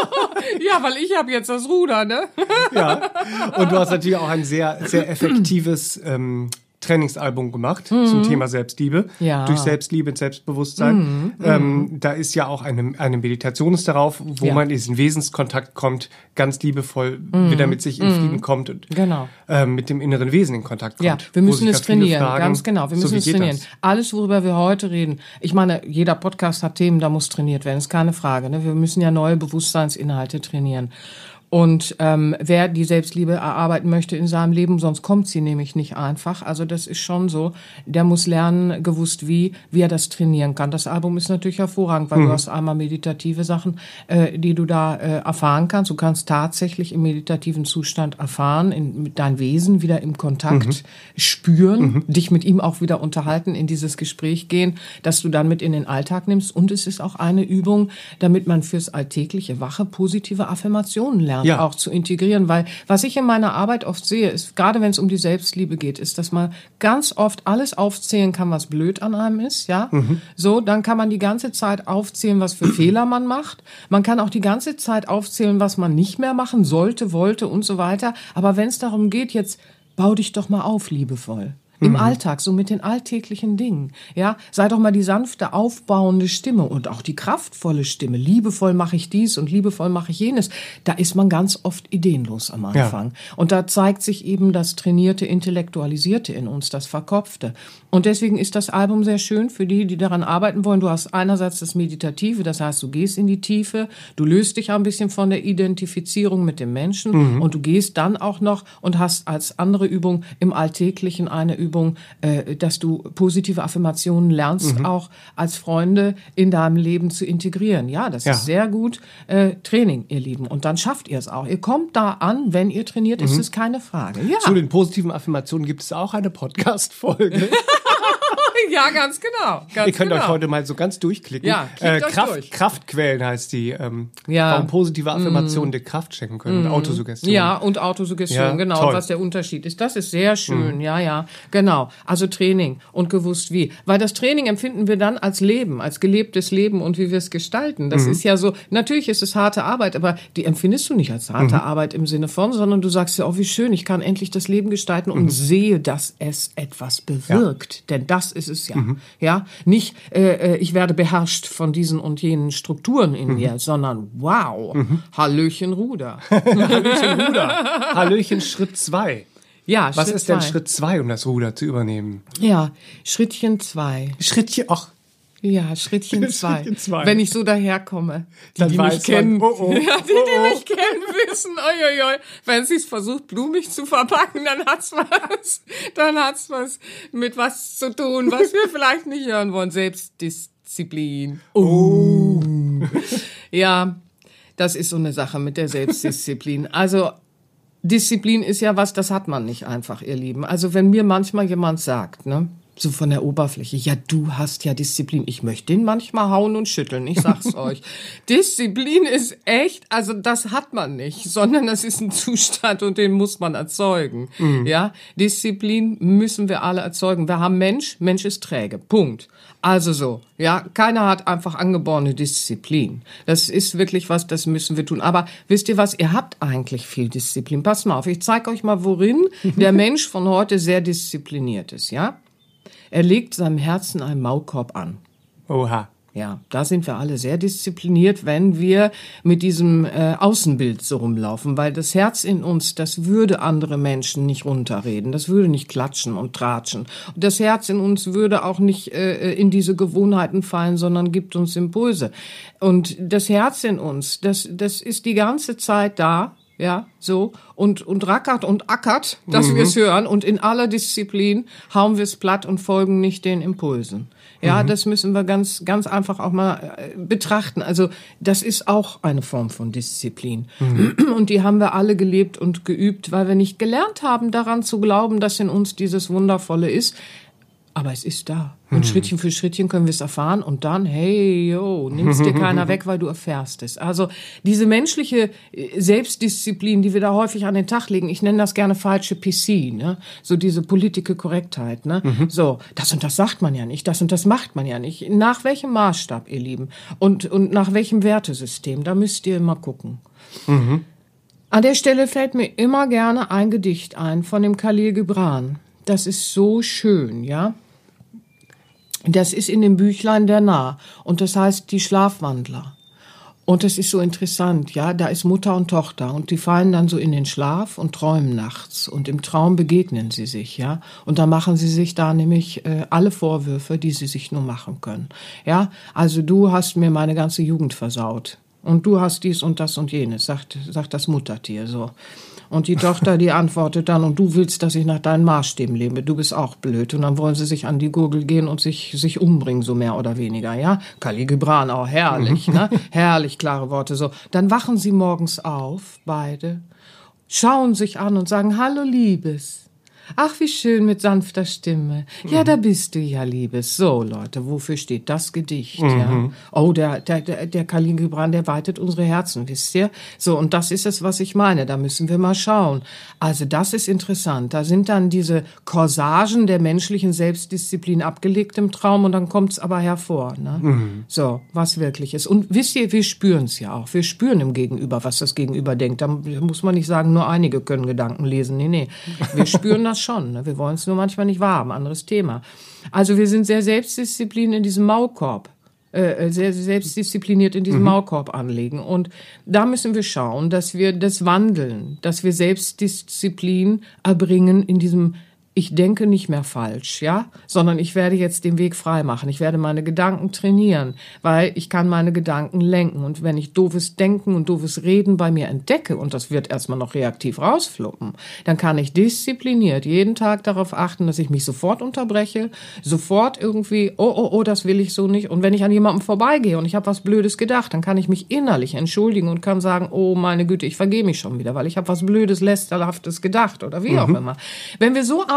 ja, weil ich habe jetzt das Ruder, ne? Ja, und du hast natürlich auch ein sehr, sehr effektives ähm, Trainingsalbum gemacht mhm. zum Thema Selbstliebe. Ja. Durch Selbstliebe und Selbstbewusstsein. Mhm. Ähm, da ist ja auch eine, eine Meditation ist darauf, wo ja. man in diesen Wesenskontakt kommt, ganz liebevoll mhm. wieder mit sich in Frieden mhm. kommt und genau. ähm, mit dem inneren Wesen in Kontakt kommt. Ja, wir müssen es trainieren, fragen, ganz genau. Wir müssen so es trainieren. Das? Alles, worüber wir heute reden, ich meine, jeder Podcast hat Themen, da muss trainiert werden, ist keine Frage. Ne? Wir müssen ja neue Bewusstseinsinhalte trainieren. Und ähm, wer die Selbstliebe erarbeiten möchte in seinem Leben, sonst kommt sie nämlich nicht einfach. Also das ist schon so. Der muss lernen, gewusst wie, wie er das trainieren kann. Das Album ist natürlich hervorragend, weil mhm. du hast einmal meditative Sachen, äh, die du da äh, erfahren kannst. Du kannst tatsächlich im meditativen Zustand erfahren, in, mit deinem Wesen wieder im Kontakt mhm. spüren, mhm. dich mit ihm auch wieder unterhalten, in dieses Gespräch gehen, dass du dann mit in den Alltag nimmst. Und es ist auch eine Übung, damit man fürs alltägliche Wache positive Affirmationen lernt. Ja. Auch zu integrieren, weil was ich in meiner Arbeit oft sehe, ist, gerade wenn es um die Selbstliebe geht, ist, dass man ganz oft alles aufzählen kann, was blöd an einem ist, ja. Mhm. So, dann kann man die ganze Zeit aufzählen, was für Fehler man macht. Man kann auch die ganze Zeit aufzählen, was man nicht mehr machen sollte, wollte und so weiter. Aber wenn es darum geht, jetzt bau dich doch mal auf, liebevoll. Im mhm. Alltag, so mit den alltäglichen Dingen. Ja, sei doch mal die sanfte, aufbauende Stimme und auch die kraftvolle Stimme. Liebevoll mache ich dies und liebevoll mache ich jenes. Da ist man ganz oft ideenlos am Anfang. Ja. Und da zeigt sich eben das trainierte, intellektualisierte in uns, das Verkopfte. Und deswegen ist das Album sehr schön für die, die daran arbeiten wollen. Du hast einerseits das Meditative, das heißt, du gehst in die Tiefe, du löst dich ein bisschen von der Identifizierung mit dem Menschen mhm. und du gehst dann auch noch und hast als andere Übung im Alltäglichen eine Übung, äh, dass du positive Affirmationen lernst, mhm. auch als Freunde in deinem Leben zu integrieren. Ja, das ja. ist sehr gut äh, Training, ihr Lieben. Und dann schafft ihr es auch. Ihr kommt da an, wenn ihr trainiert, mhm. ist es keine Frage. Ja. Zu den positiven Affirmationen gibt es auch eine Podcast-Folge. Ja, ganz genau. Ganz Ihr könnt genau. euch heute mal so ganz durchklicken. Ja, klickt euch Kraft, durch. Kraftquellen heißt die, ähm, Ja. warum positive Affirmationen dir Kraft schenken können und Autosuggestion. Ja, und Autosuggestion, Ja, genau, toll. was der Unterschied ist. Das ist sehr schön, ja, ja, genau. Also Training und gewusst wie. Weil das Training empfinden wir dann als Leben, als gelebtes Leben und wie wir es gestalten. Das ist ja so, natürlich ist es harte Arbeit, aber die empfindest du nicht als harte Arbeit im Sinne von, sondern du sagst ja, oh, wie schön, ich kann endlich das Leben gestalten und sehe, dass es etwas bewirkt. Denn das ist es ja. Ja, nicht, äh, ich werde beherrscht von diesen und jenen Strukturen in mir, sondern wow, Hallöchen Ruder. Hallöchen Ruder. Hallöchen Schritt zwei. Ja, Was Schritt ist denn zwei. Schritt zwei, um das Ruder zu übernehmen? Ja, Schrittchen zwei. Schrittchen, ach, Ja, Schrittchen zwei. Schrittchen zwei. Wenn ich so daherkomme. Die, Dann die mich weiß kennen. man, oh, oh, ja, die, oh, die oh. mich kennen, wissen, oi, oi, oi. Wenn sie es versucht, blumig zu verpacken, dann hat's was, dann hat's was mit was zu tun, was wir vielleicht nicht hören wollen. Selbstdisziplin. Oh. Ja, das ist so eine Sache mit der Selbstdisziplin. Also, Disziplin ist ja was, das hat man nicht einfach, ihr Lieben. Also wenn mir manchmal jemand sagt, ne, so von der Oberfläche, ja, du hast ja Disziplin. Ich möchte ihn manchmal hauen und schütteln, ich sag's euch. Disziplin ist echt, also das hat man nicht, sondern das ist ein Zustand und den muss man erzeugen. Mhm. Ja, Disziplin müssen wir alle erzeugen. Wir haben Mensch, Mensch ist träge, Punkt. Also so, ja, keiner hat einfach angeborene Disziplin. Das ist wirklich was, das müssen wir tun. Aber wisst ihr was, ihr habt eigentlich viel Disziplin. Passt mal auf, ich zeige euch mal, worin der Mensch von heute sehr diszipliniert ist, ja? Er legt seinem Herzen einen Maulkorb an. Oha. Ja, da sind wir alle sehr diszipliniert, wenn wir mit diesem äh, Außenbild so rumlaufen, weil das Herz in uns, das würde andere Menschen nicht runterreden, das würde nicht klatschen und tratschen. Und das Herz in uns würde auch nicht äh, in diese Gewohnheiten fallen, sondern gibt uns Impulse. Und das Herz in uns, das, das ist die ganze Zeit da. Ja, so, und, und rackert und ackert, dass mhm. wir es hören, und in aller Disziplin hauen wir es platt und folgen nicht den Impulsen. Ja, mhm. das müssen wir ganz, ganz einfach auch mal äh, betrachten. Also, das ist auch eine Form von Disziplin. Mhm. Und die haben wir alle gelebt und geübt, weil wir nicht gelernt haben, daran zu glauben, dass in uns dieses Wundervolle ist. Aber es ist da. Und hm. Schrittchen für Schrittchen können wir es erfahren. Und dann, hey, yo, nimm's dir keiner weg, weil du erfährst es. Also diese menschliche Selbstdisziplin, die wir da häufig an den Tag legen, ich nenne das gerne falsche P C, ne? So diese politische Korrektheit, ne? Mhm. So, das und das sagt man ja nicht, das und das macht man ja nicht. Nach welchem Maßstab, ihr Lieben? Und, und nach welchem Wertesystem? Da müsst ihr immer gucken. Mhm. An der Stelle fällt mir immer gerne ein Gedicht ein von dem Khalil Gibran. Das ist so schön, ja? Das ist in dem Büchlein der Nah und das heißt Die Schlafwandler. Und das ist so interessant, ja, da ist Mutter und Tochter und die fallen dann so in den Schlaf und träumen nachts und im Traum begegnen sie sich, ja, und da machen sie sich da nämlich äh, alle Vorwürfe, die sie sich nur machen können, ja, also du hast mir meine ganze Jugend versaut und du hast dies und das und jenes, sagt, sagt das Muttertier so. Und die Tochter, die antwortet dann, und du willst, dass ich nach deinen Maßstäben lebe, du bist auch blöd. Und dann wollen sie sich an die Gurgel gehen und sich sich umbringen, so mehr oder weniger, ja. Khalil Gibran, auch herrlich, ne? Herrlich klare Worte, so. Dann wachen sie morgens auf, beide, schauen sich an und sagen, hallo Liebes. Ach, wie schön mit sanfter Stimme. Ja, da bist du ja, Liebes. So, Leute, wofür steht das Gedicht? Mhm. Ja? Oh, der, der, der, der Khalil Gibran, der weitet unsere Herzen, wisst ihr? So, und das ist es, was ich meine. Da müssen wir mal schauen. Also, das ist interessant. Da sind dann diese Corsagen der menschlichen Selbstdisziplin abgelegt im Traum und dann kommt's aber hervor. Ne? Mhm. So, was wirklich ist. Und wisst ihr, wir spüren's ja auch. Wir spüren im Gegenüber, was das Gegenüber denkt. Da muss man nicht sagen, nur einige können Gedanken lesen. Nee, nee. Wir spüren das schon. Ne? Wir wollen es nur manchmal nicht wahrhaben. Anderes Thema. Also wir sind sehr selbstdiszipliniert in diesem Maulkorb. Äh, sehr selbstdiszipliniert in diesem mhm. Maulkorb anlegen. Und da müssen wir schauen, dass wir das wandeln, dass wir Selbstdisziplin erbringen in diesem ich denke nicht mehr falsch, ja, sondern ich werde jetzt den Weg frei machen. Ich werde meine Gedanken trainieren, weil ich kann meine Gedanken lenken. Und wenn ich doofes Denken und doofes Reden bei mir entdecke, und das wird erstmal noch reaktiv rausfluppen, dann kann ich diszipliniert jeden Tag darauf achten, dass ich mich sofort unterbreche, sofort irgendwie, oh, oh, oh, das will ich so nicht. Und wenn ich an jemandem vorbeigehe und ich habe was Blödes gedacht, dann kann ich mich innerlich entschuldigen und kann sagen, oh, meine Güte, ich vergehe mich schon wieder, weil ich habe was Blödes, Lästerhaftes gedacht oder wie mhm. auch immer. Wenn wir so an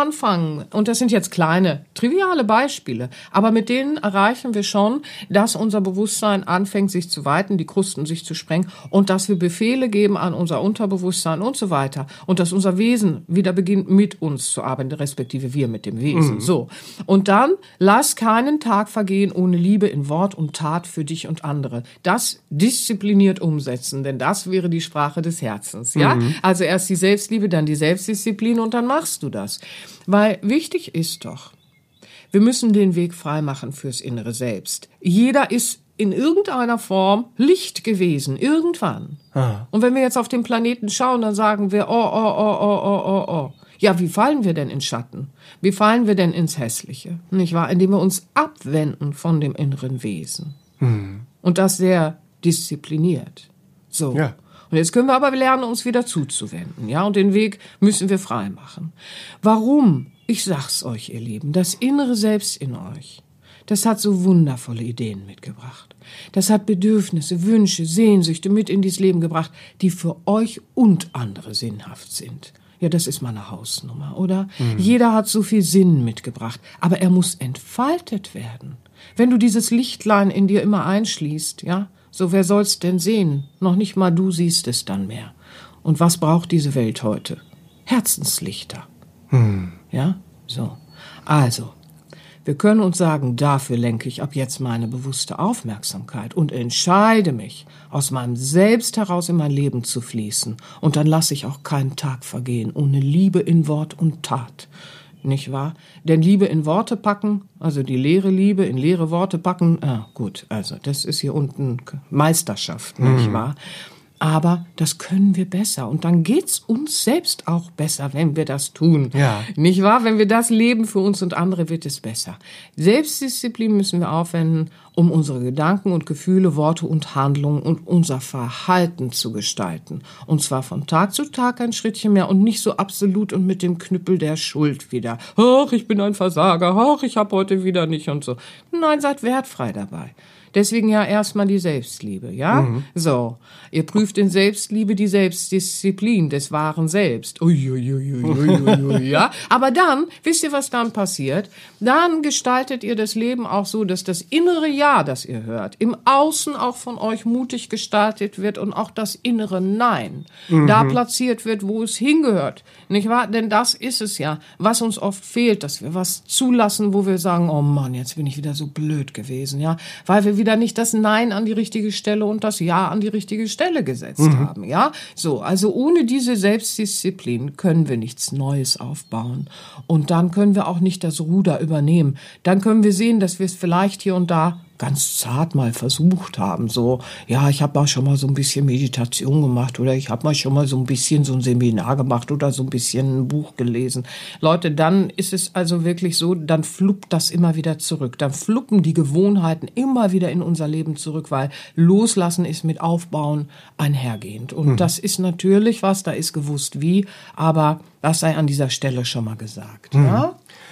anfangen, und das sind jetzt kleine, triviale Beispiele, aber mit denen erreichen wir schon, dass unser Bewusstsein anfängt, sich zu weiten, die Krusten sich zu sprengen und dass wir Befehle geben an unser Unterbewusstsein und so weiter und dass unser Wesen wieder beginnt, mit uns zu arbeiten, respektive wir mit dem Wesen. Mhm. So. Und dann lass keinen Tag vergehen ohne Liebe in Wort und Tat für dich und andere. Das diszipliniert umsetzen, denn das wäre die Sprache des Herzens. Ja? Mhm. Also erst die Selbstliebe, dann die Selbstdisziplin und dann machst du das. Weil wichtig ist doch, wir müssen den Weg freimachen fürs innere Selbst. Jeder ist in irgendeiner Form Licht gewesen, irgendwann. Ah. Und wenn wir jetzt auf den Planeten schauen, dann sagen wir, oh, oh, oh, oh, oh, oh, oh. Ja, wie fallen wir denn in Schatten? Wie fallen wir denn ins Hässliche? Nicht wahr? Indem wir uns abwenden von dem inneren Wesen. Hm. Und das sehr diszipliniert. So. Ja. Und jetzt können wir aber lernen, uns wieder zuzuwenden. Ja, und den Weg müssen wir frei machen. Warum? Ich sag's euch, ihr Lieben, das innere Selbst in euch, das hat so wundervolle Ideen mitgebracht. Das hat Bedürfnisse, Wünsche, Sehnsüchte mit in dieses Leben gebracht, die für euch und andere sinnhaft sind. Ja, das ist mal eine Hausnummer, oder? Mhm. Jeder hat so viel Sinn mitgebracht, aber er muss entfaltet werden. Wenn du dieses Lichtlein in dir immer einschließt, ja, so wer soll's denn sehen? Noch nicht mal du siehst es dann mehr. Und was braucht diese Welt heute? Herzenslichter. Mhm. Ja, so. Also, wir können uns sagen, dafür lenke ich ab jetzt meine bewusste Aufmerksamkeit und entscheide mich, aus meinem Selbst heraus in mein Leben zu fließen. Und dann lasse ich auch keinen Tag vergehen, ohne Liebe in Wort und Tat. Nicht wahr? Denn Liebe in Worte packen, also die leere Liebe in leere Worte packen, ah, gut, also das ist hier unten Meisterschaft, mhm. nicht wahr? Aber das können wir besser. Und dann geht's uns selbst auch besser, wenn wir das tun. Ja. Nicht wahr? Wenn wir das leben für uns und andere, wird es besser. Selbstdisziplin müssen wir aufwenden, um unsere Gedanken und Gefühle, Worte und Handlungen und unser Verhalten zu gestalten. Und zwar von Tag zu Tag ein Schrittchen mehr und nicht so absolut und mit dem Knüppel der Schuld wieder. Ach, ich bin ein Versager. Ach, ich habe heute wieder nicht und so. Nein, seid wertfrei dabei. Deswegen ja erstmal die Selbstliebe, ja? Mhm. So, ihr prüft in Selbstliebe die Selbstdisziplin des wahren Selbst. Uiuiuiuiui, ja? Aber dann, wisst ihr, was dann passiert? Dann gestaltet ihr das Leben auch so, dass das innere Ja, das ihr hört, im Außen auch von euch mutig gestaltet wird und auch das innere Nein mhm. da platziert wird, wo es hingehört. Nicht wahr? Denn das ist es ja, was uns oft fehlt, dass wir was zulassen, wo wir sagen, oh Mann, jetzt bin ich wieder so blöd gewesen, ja? Weil wir wieder nicht das Nein an die richtige Stelle und das Ja an die richtige Stelle gesetzt mhm. haben, ja? So, also ohne diese Selbstdisziplin können wir nichts Neues aufbauen. Und dann können wir auch nicht das Ruder übernehmen. Dann können wir sehen, dass wir es vielleicht hier und da ganz zart mal versucht haben, so, ja, ich habe mal schon mal so ein bisschen Meditation gemacht oder ich habe mal schon mal so ein bisschen so ein Seminar gemacht oder so ein bisschen ein Buch gelesen. Leute, dann ist es also wirklich so, dann fluppt das immer wieder zurück. Dann fluppen die Gewohnheiten immer wieder in unser Leben zurück, weil Loslassen ist mit Aufbauen einhergehend. Und hm. das ist natürlich was, da ist gewusst wie, aber das sei an dieser Stelle schon mal gesagt, hm. ja?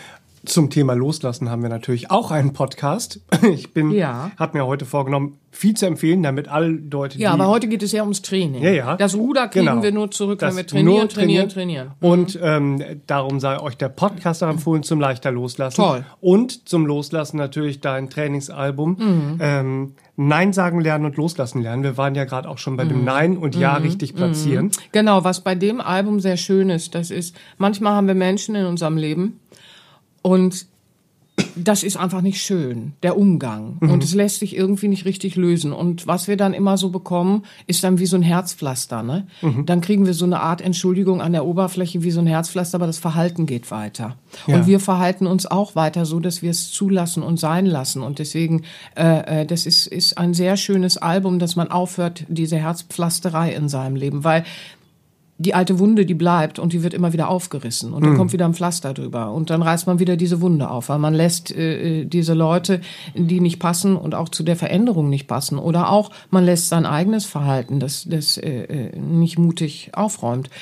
Zum Thema Loslassen haben wir natürlich auch einen Podcast. Ich bin, ja. habe mir heute vorgenommen, viel zu empfehlen, damit alle Leute, ja, die... aber heute geht es ja ums Training. Ja, ja. Das Ruder kriegen genau. wir nur zurück, das wenn wir trainieren, trainieren, trainieren. Und ähm, darum sei euch der Podcast auch empfohlen zum leichter Loslassen. Toll. Und zum Loslassen natürlich dein Trainingsalbum. Mhm. Ähm, Nein sagen lernen und loslassen lernen. Wir waren ja gerade auch schon bei dem Nein und Ja mhm. richtig platzieren. Genau, was bei dem Album sehr schön ist, das ist, manchmal haben wir Menschen in unserem Leben, und das ist einfach nicht schön, der Umgang. Mhm. Und es lässt sich irgendwie nicht richtig lösen. Und was wir dann immer so bekommen, ist dann wie so ein Herzpflaster. Ne? Mhm. Dann kriegen wir so eine Art Entschuldigung an der Oberfläche wie so ein Herzpflaster, aber das Verhalten geht weiter. Ja. Und wir verhalten uns auch weiter so, dass wir es zulassen und sein lassen. Und deswegen, äh, das ist, ist ein sehr schönes Album, dass man aufhört, diese Herzpflasterei in seinem Leben. Weil die alte Wunde, die bleibt und die wird immer wieder aufgerissen und dann mhm. kommt wieder ein Pflaster drüber und dann reißt man wieder diese Wunde auf, weil man lässt äh, diese Leute, die nicht passen und auch zu der Veränderung nicht passen oder auch man lässt sein eigenes Verhalten, das, das äh, nicht mutig aufräumt,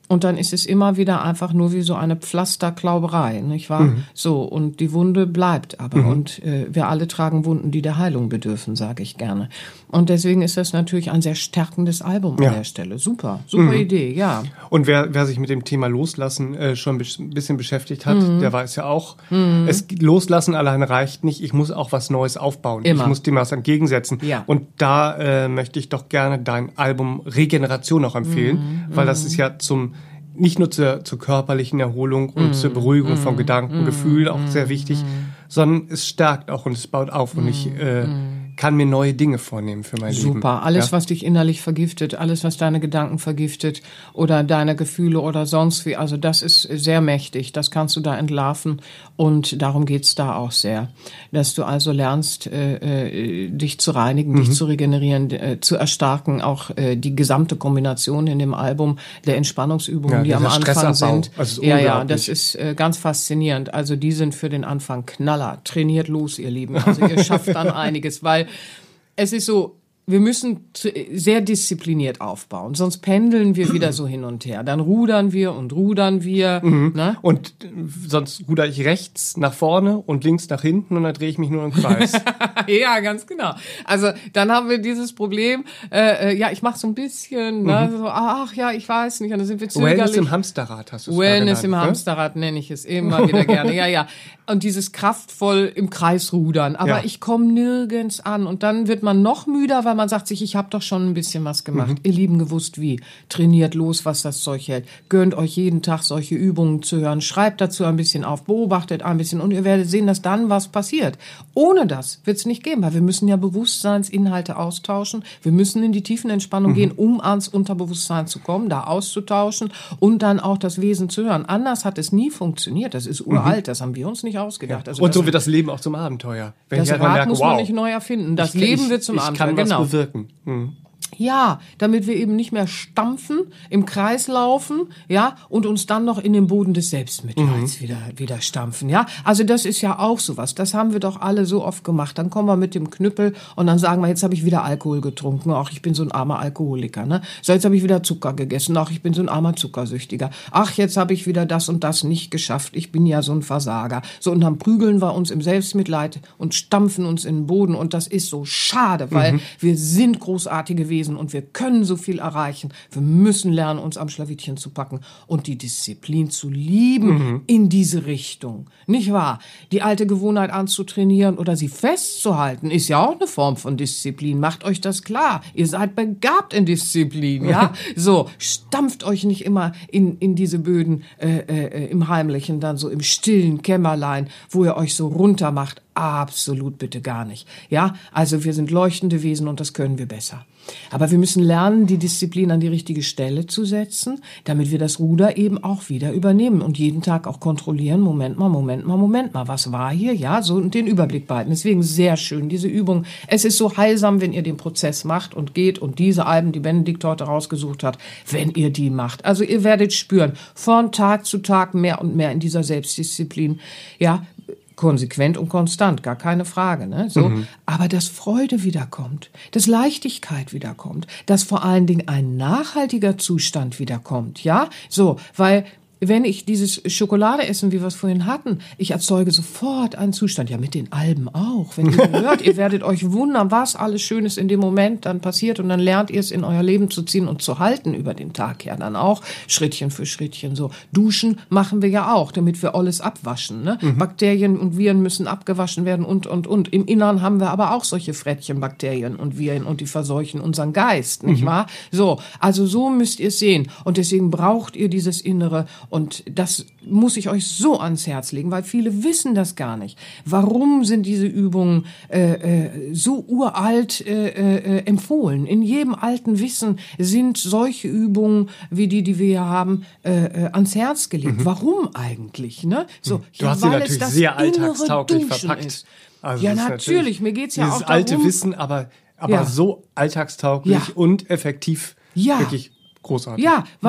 Und dann ist es immer wieder einfach nur wie so eine Pflasterklauberei, nicht wahr? Mhm. So, und die Wunde bleibt aber. Mhm. Und äh, wir alle tragen Wunden, die der Heilung bedürfen, sage ich gerne. Und deswegen ist das natürlich ein sehr stärkendes Album ja. an der Stelle. Super, super mhm. Idee, ja. Und wer, wer sich mit dem Thema Loslassen äh, schon ein bisschen beschäftigt hat, mhm. der weiß ja auch, mhm. es Loslassen alleine reicht nicht. Ich muss auch was Neues aufbauen. Immer. Ich muss dem was entgegensetzen. Ja. Und da äh, möchte ich doch gerne dein Album Regeneration auch empfehlen, mhm. weil das ist ja zum nicht nur zur, zur körperlichen Erholung und mm, zur Beruhigung mm, von Gedanken, mm, Gefühlen auch mm, sehr wichtig, mm. sondern es stärkt auch und es baut auf mm, und ich äh, mm. kann mir neue Dinge vornehmen für mein Super. Leben. Super, alles, ja? was dich innerlich vergiftet, alles, was deine Gedanken vergiftet oder deine Gefühle oder sonst wie, also das ist sehr mächtig, das kannst du da entlarven und darum geht's da auch sehr, dass du also lernst, äh, äh, dich zu reinigen, mhm. dich zu regenerieren, äh, zu erstarken, auch äh, die gesamte Kombination in dem Album der Entspannungsübungen, ja, die am Anfang sind. Also ja, ja, das ist äh, ganz faszinierend. Also die sind für den Anfang Knaller. Trainiert los, ihr Lieben. Also ihr schafft dann einiges, weil es ist so, wir müssen sehr diszipliniert aufbauen, sonst pendeln wir wieder so hin und her. Dann rudern wir und rudern wir. Mhm. Ne? Und sonst ruder ich rechts nach vorne und links nach hinten und dann drehe ich mich nur im Kreis. Ja, ganz genau. Also dann haben wir dieses Problem, äh, ja, ich mache so ein bisschen, mhm. ne, so, ach ja, ich weiß nicht, und dann sind wir zögerlich. Wellness im Hamsterrad hast du es Wellness genannt, im ne? Hamsterrad nenne ich es immer wieder gerne, ja, ja. Und dieses kraftvoll im Kreis rudern, aber ja. ich komme nirgends an und dann wird man noch müder, weil man sagt sich, ich habe doch schon ein bisschen was gemacht. Mhm. Ihr Lieben, gewusst wie. Trainiert los, was das Zeug hält. Gönnt euch jeden Tag solche Übungen zu hören. Schreibt dazu ein bisschen auf, beobachtet ein bisschen und ihr werdet sehen, dass dann was passiert. Ohne das wird es nicht geben, weil wir müssen ja Bewusstseinsinhalte austauschen. Wir müssen in die Tiefenentspannung mhm. gehen, um ans Unterbewusstsein zu kommen, da auszutauschen und dann auch das Wesen zu hören. Anders hat es nie funktioniert. Das ist uralt, mhm. das haben wir uns nicht ausgedacht. Ja. Also und so wird das Leben auch zum Abenteuer. Wenn das ich Rad merke, muss man wow, nicht neu erfinden. Das ich, Leben ich, wird zum ich Abenteuer. Kann genau. was bewirken. Mhm. Ja, damit wir eben nicht mehr stampfen, im Kreis laufen, ja, und uns dann noch in den Boden des Selbstmitleids mhm. wieder, wieder stampfen, ja. Also das ist ja auch sowas. Das haben wir doch alle so oft gemacht. Dann kommen wir mit dem Knüppel und dann sagen wir, jetzt habe ich wieder Alkohol getrunken. Ach, ich bin so ein armer Alkoholiker, ne. So, jetzt habe ich wieder Zucker gegessen. Ach, ich bin so ein armer Zuckersüchtiger. Ach, jetzt habe ich wieder das und das nicht geschafft. Ich bin ja so ein Versager. So, und dann prügeln wir uns im Selbstmitleid und stampfen uns in den Boden. Und das ist so schade, weil mhm. wir sind großartige Wesen und wir können so viel erreichen. Wir müssen lernen, uns am Schlawittchen zu packen und die Disziplin zu lieben mhm. in diese Richtung. Nicht wahr? Die alte Gewohnheit anzutrainieren oder sie festzuhalten, ist ja auch eine Form von Disziplin. Macht euch das klar. Ihr seid begabt in Disziplin, ja? So, stampft euch nicht immer in, in diese Böden äh, äh, im Heimlichen, dann so im stillen Kämmerlein, wo ihr euch so runter macht. Absolut bitte gar nicht. Ja, also wir sind leuchtende Wesen und das können wir besser. Aber wir müssen lernen, die Disziplin an die richtige Stelle zu setzen, damit wir das Ruder eben auch wieder übernehmen und jeden Tag auch kontrollieren, Moment mal, Moment mal, Moment mal, was war hier? Ja, so den Überblick behalten. Deswegen sehr schön, diese Übung. Es ist so heilsam, wenn ihr den Prozess macht und geht und diese Alben, die Benedikt heute rausgesucht hat, wenn ihr die macht. Also ihr werdet spüren, von Tag zu Tag mehr und mehr in dieser Selbstdisziplin, ja, konsequent und konstant, gar keine Frage, ne? So, mhm. aber dass Freude wiederkommt, dass Leichtigkeit wiederkommt, dass vor allen Dingen ein nachhaltiger Zustand wiederkommt, ja? So, weil wenn ich dieses Schokolade essen, wie wir es vorhin hatten, ich erzeuge sofort einen Zustand, ja mit den Alben auch. Wenn ihr hört, ihr werdet euch wundern, was alles Schönes in dem Moment dann passiert und dann lernt ihr es in euer Leben zu ziehen und zu halten über den Tag her dann auch, Schrittchen für Schrittchen so. Duschen machen wir ja auch, damit wir alles abwaschen, ne? Mhm. Bakterien und Viren müssen abgewaschen werden und, und, und. Im Innern haben wir aber auch solche Frettchen, Bakterien und Viren und die verseuchen unseren Geist, nicht mhm. wahr? So, also so müsst ihr es sehen und deswegen braucht ihr dieses Innere. Und das muss ich euch so ans Herz legen, weil viele wissen das gar nicht. Warum sind diese Übungen äh, äh, so uralt äh, äh, empfohlen? In jedem alten Wissen sind solche Übungen wie die, die wir hier haben, äh, äh, ans Herz gelegt. Mhm. Warum eigentlich? Ne? So, du ja, hast sie natürlich sehr alltagstauglich verpackt. Ist. Also ja, natürlich. natürlich. Mir geht's ja auch darum. Dieses alte Wissen, aber, aber ja. so alltagstauglich ja. und effektiv. Ja. Wirklich großartig. Ja, weil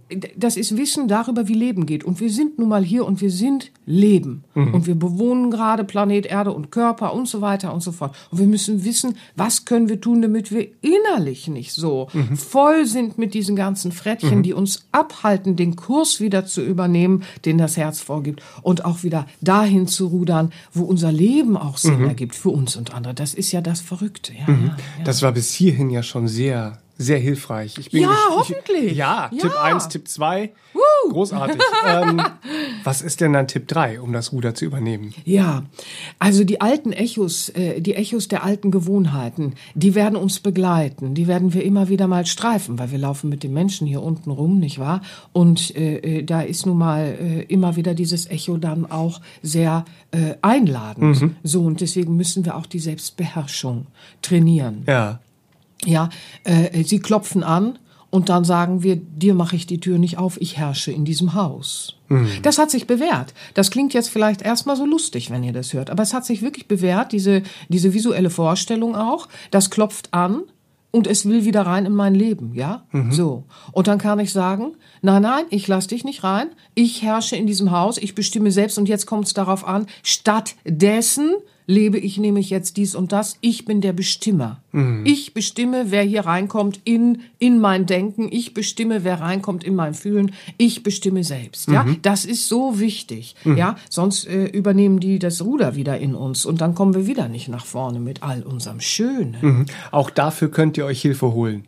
das ist Wissen darüber, wie Leben geht. Und wir sind nun mal hier und wir sind Leben. Mhm. Und wir bewohnen gerade Planet Erde und Körper und so weiter und so fort. Und wir müssen wissen, was können wir tun, damit wir innerlich nicht so mhm. voll sind mit diesen ganzen Frettchen, mhm. die uns abhalten, den Kurs wieder zu übernehmen, den das Herz vorgibt. Und auch wieder dahin zu rudern, wo unser Leben auch Sinn mhm. ergibt für uns und andere. Das ist ja das Verrückte. Ja, mhm. ja, ja. Das war bis hierhin ja schon sehr... Sehr hilfreich. Ich bin ja, ich, hoffentlich. Ich, ja, ja, Tipp eins, Tipp zwei, Woo. Großartig. ähm, was ist denn dann Tipp drei, um das Ruder zu übernehmen? Ja, also die alten Echos, äh, die Echos der alten Gewohnheiten, die werden uns begleiten. Die werden wir immer wieder mal streifen, weil wir laufen mit den Menschen hier unten rum, nicht wahr? Und äh, da ist nun mal äh, immer wieder dieses Echo dann auch sehr äh, einladend. Mhm. So, und deswegen müssen wir auch die Selbstbeherrschung trainieren. Ja. Ja, äh, sie klopfen an und dann sagen wir, dir mache ich die Tür nicht auf, ich herrsche in diesem Haus. Mhm. Das hat sich bewährt. Das klingt jetzt vielleicht erstmal so lustig, wenn ihr das hört, aber es hat sich wirklich bewährt, diese, diese visuelle Vorstellung auch, das klopft an und es will wieder rein in mein Leben, ja? Mhm. So. Und dann kann ich sagen, nein, nein, ich lass dich nicht rein, ich herrsche in diesem Haus, ich bestimme selbst und jetzt kommt es darauf an, stattdessen lebe ich nämlich jetzt dies und das. Ich bin der Bestimmer. Mhm. Ich bestimme, wer hier reinkommt in, in mein Denken. Ich bestimme, wer reinkommt in mein Fühlen. Ich bestimme selbst. Mhm. Ja, das ist so wichtig. Mhm. Ja, sonst äh, übernehmen die das Ruder wieder in uns und dann kommen wir wieder nicht nach vorne mit all unserem Schönen. Mhm. Auch dafür könnt ihr euch Hilfe holen.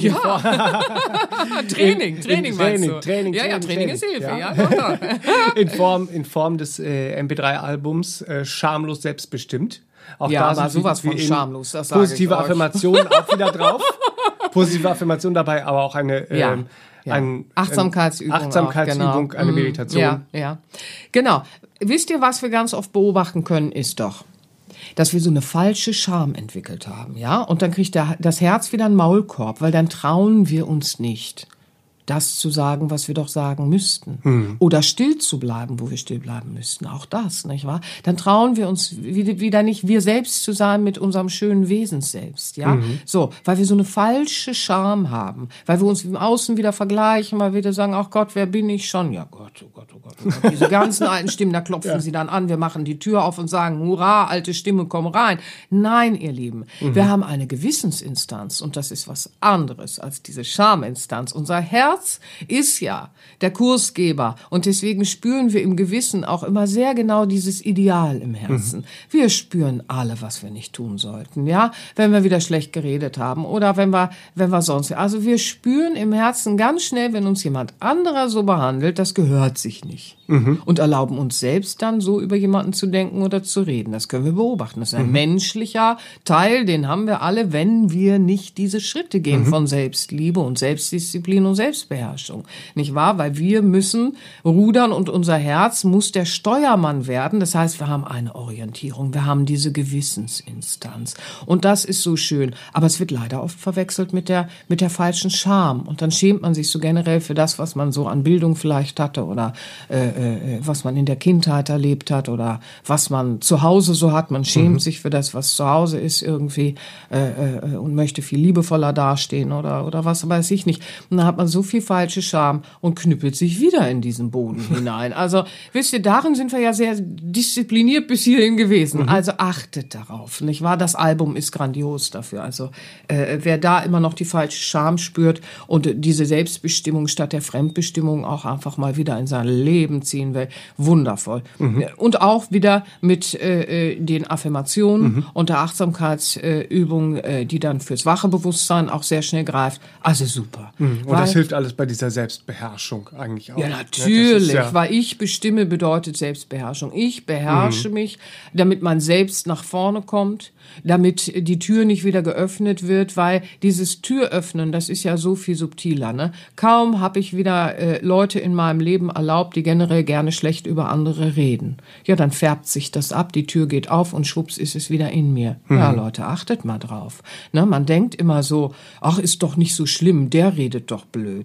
Ja, Training, in, Training in meinst Training, du? Training, ja, ja, Training, Training ist Hilfe, ja. ja. ja in, Form, in Form des äh, M P drei Albums äh, Schamlos selbstbestimmt. Auch ja, da aber sind sowas wie, von wie schamlos, das sage positive ich euch. Affirmationen auch wieder drauf. Positive Affirmation dabei, aber auch eine ja. ähm, Ja. ein, Achtsamkeitsübung, Achtsamkeitsübung auch, genau. eine Meditation. Ja, ja. Genau. Wisst ihr, was wir ganz oft beobachten können, ist doch, dass wir so eine falsche Scham entwickelt haben, ja? Und dann kriegt der, das Herz wieder einen Maulkorb, weil dann trauen wir uns nicht, das zu sagen, was wir doch sagen müssten. Hm. Oder still zu bleiben, wo wir still bleiben müssten. Auch das, nicht wahr? Dann trauen wir uns wieder nicht, wir selbst zu sein mit unserem schönen Wesens selbst, ja? Mhm. So, weil wir so eine falsche Scham haben. Weil wir uns im Außen wieder vergleichen, weil wir wieder sagen, ach Gott, wer bin ich schon? Ja Gott, oh Gott, oh Gott, oh Gott. Diese ganzen alten Stimmen, da klopfen ja. sie dann an, wir machen die Tür auf und sagen, hurra, alte Stimme, komm rein. Nein, ihr Lieben, mhm. wir haben eine Gewissensinstanz und das ist was anderes als diese Schaminstanz. Unser Herz ist ja der Kursgeber und deswegen spüren wir im Gewissen auch immer sehr genau dieses Ideal im Herzen. Mhm. Wir spüren alle, was wir nicht tun sollten, ja, wenn wir wieder schlecht geredet haben oder wenn wir, wenn wir sonst, also wir spüren im Herzen ganz schnell, wenn uns jemand anderer so behandelt, das gehört sich nicht. Mhm. Und erlauben uns selbst dann so über jemanden zu denken oder zu reden. Das können wir beobachten. Das ist ein mhm. menschlicher Teil, den haben wir alle, wenn wir nicht diese Schritte gehen mhm. von Selbstliebe und Selbstdisziplin und Selbstbeherrschung. Nicht wahr? Weil wir müssen rudern und unser Herz muss der Steuermann werden. Das heißt, wir haben eine Orientierung, wir haben diese Gewissensinstanz. Und das ist so schön. Aber es wird leider oft verwechselt mit der, mit der falschen Scham. Und dann schämt man sich so generell für das, was man so an Bildung vielleicht hatte oder äh, was man in der Kindheit erlebt hat oder was man zu Hause so hat. Man schämt mhm. sich für das, was zu Hause ist irgendwie äh, äh, und möchte viel liebevoller dastehen oder, oder was weiß ich nicht. Und dann hat man so viel falsche Scham und knüppelt sich wieder in diesen Boden hinein. Also, wisst ihr, darin sind wir ja sehr diszipliniert bis hierhin gewesen. Mhm. Also achtet darauf, nicht wahr? Das Album ist grandios dafür. Also äh, wer da immer noch die falsche Scham spürt und diese Selbstbestimmung statt der Fremdbestimmung auch einfach mal wieder in sein Leben ziehen will. Wundervoll. Mhm. Und auch wieder mit äh, den Affirmationen mhm. und der Achtsamkeitsübung, äh, die dann fürs wache Bewusstsein auch sehr schnell greift. Also super. Mhm. Und weil, das hilft alles bei dieser Selbstbeherrschung eigentlich auch. Ja, natürlich. Ja, weil ich bestimme bedeutet Selbstbeherrschung. Ich beherrsche mhm. mich, damit man selbst nach vorne kommt, damit die Tür nicht wieder geöffnet wird, weil dieses Türöffnen, das ist ja so viel subtiler. Ne? Kaum habe ich wieder äh, Leute in meinem Leben erlaubt, die generell gerne schlecht über andere reden. Ja, dann färbt sich das ab, die Tür geht auf und schwupps ist es wieder in mir. Mhm. Ja, Leute, achtet mal drauf. Ne? Man denkt immer so, ach, ist doch nicht so schlimm, der redet doch blöd.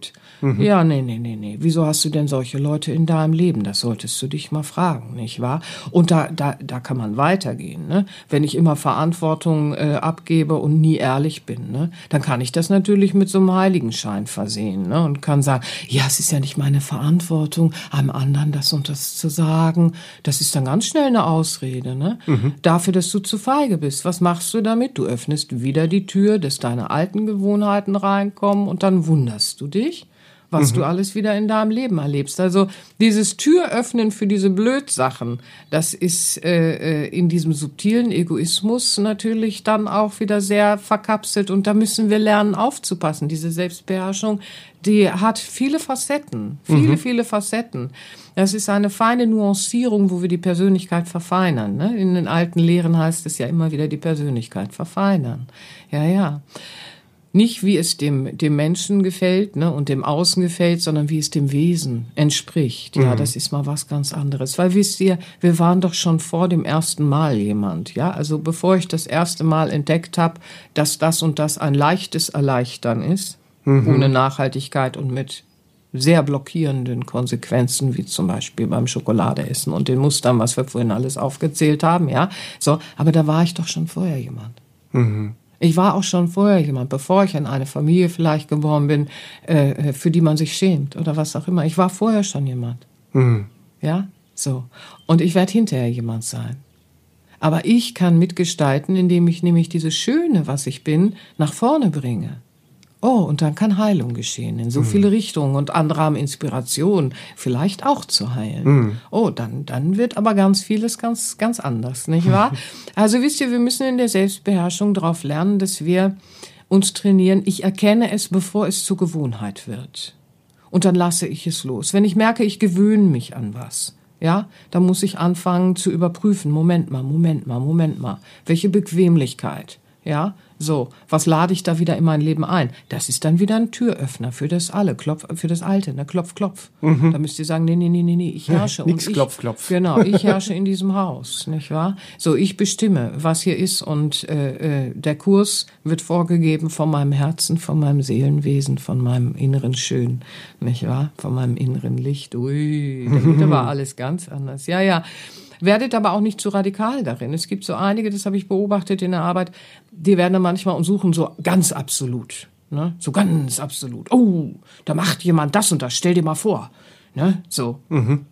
blöd. Mhm. Ja, nee, nee, nee, nee. Wieso hast du denn solche Leute in deinem Leben? Das solltest du dich mal fragen, nicht wahr? Und da, da, da kann man weitergehen, ne? Wenn ich immer Verantwortung äh, abgebe und nie ehrlich bin, ne? Dann kann ich das natürlich mit so einem Heiligenschein versehen, ne? Und kann sagen, ja, es ist ja nicht meine Verantwortung, einem anderen das und das zu sagen. Das ist dann ganz schnell eine Ausrede, ne? Mhm. Dafür, dass du zu feige bist. Was machst du damit? Du öffnest wieder die Tür, dass deine alten Gewohnheiten reinkommen und dann wunderst du dich, was mhm. du alles wieder in deinem Leben erlebst. Also dieses Türöffnen für diese Blödsachen, das ist äh, in diesem subtilen Egoismus natürlich dann auch wieder sehr verkapselt und da müssen wir lernen aufzupassen. Diese Selbstbeherrschung, die hat viele Facetten, viele, mhm. viele Facetten. Das ist eine feine Nuancierung, wo wir die Persönlichkeit verfeinern, ne? In den alten Lehren heißt es ja immer wieder, die Persönlichkeit verfeinern. Ja, ja. Nicht, wie es dem, dem Menschen gefällt, ne, und dem Außen gefällt, sondern wie es dem Wesen entspricht. Ja, mhm. das ist mal was ganz anderes. Weil wisst ihr, wir waren doch schon vor dem ersten Mal jemand, ja. Also bevor ich das erste Mal entdeckt habe, dass das und das ein leichtes Erleichtern ist, mhm. ohne Nachhaltigkeit und mit sehr blockierenden Konsequenzen, wie zum Beispiel beim Schokoladeessen und den Mustern, was wir vorhin alles aufgezählt haben, ja. So, aber da war ich doch schon vorher jemand. Mhm. Ich war auch schon vorher jemand, bevor ich in eine Familie vielleicht geboren bin, äh, für die man sich schämt oder was auch immer. Ich war vorher schon jemand. Mhm. Ja, so. Und ich werde hinterher jemand sein. Aber ich kann mitgestalten, indem ich nämlich dieses Schöne, was ich bin, nach vorne bringe. Oh, und dann kann Heilung geschehen in so mhm. viele Richtungen und andere haben Inspiration, vielleicht auch zu heilen. Mhm. Oh, dann, dann wird aber ganz vieles ganz, ganz anders, nicht wahr? Also wisst ihr, wir müssen in der Selbstbeherrschung darauf lernen, dass wir uns trainieren. Ich erkenne es, bevor es zur Gewohnheit wird. Und dann lasse ich es los. Wenn ich merke, ich gewöhne mich an was, ja, dann muss ich anfangen zu überprüfen. Moment mal, Moment mal, Moment mal. Welche Bequemlichkeit, ja? So, was lade ich da wieder in mein Leben ein? Das ist dann wieder ein Türöffner für das alle, Klopf, für das Alte, ne? Klopf, klopf. Mhm. Da müsst ihr sagen, nee, nee, nee, nee, nee, ich herrsche. Nix, und ich, klopf, klopf. Genau, ich herrsche in diesem Haus, nicht wahr? So, ich bestimme, was hier ist und äh, äh, der Kurs wird vorgegeben von meinem Herzen, von meinem Seelenwesen, von meinem inneren Schön, nicht wahr? Von meinem inneren Licht. Ui, da war alles ganz anders. Ja, ja. Werdet aber auch nicht zu radikal darin. Es gibt so einige, das habe ich beobachtet in der Arbeit, die werden dann manchmal und suchen so ganz absolut. Ne? So ganz absolut. Oh, da macht jemand das und das, stell dir mal vor. Ne? So. Mhm.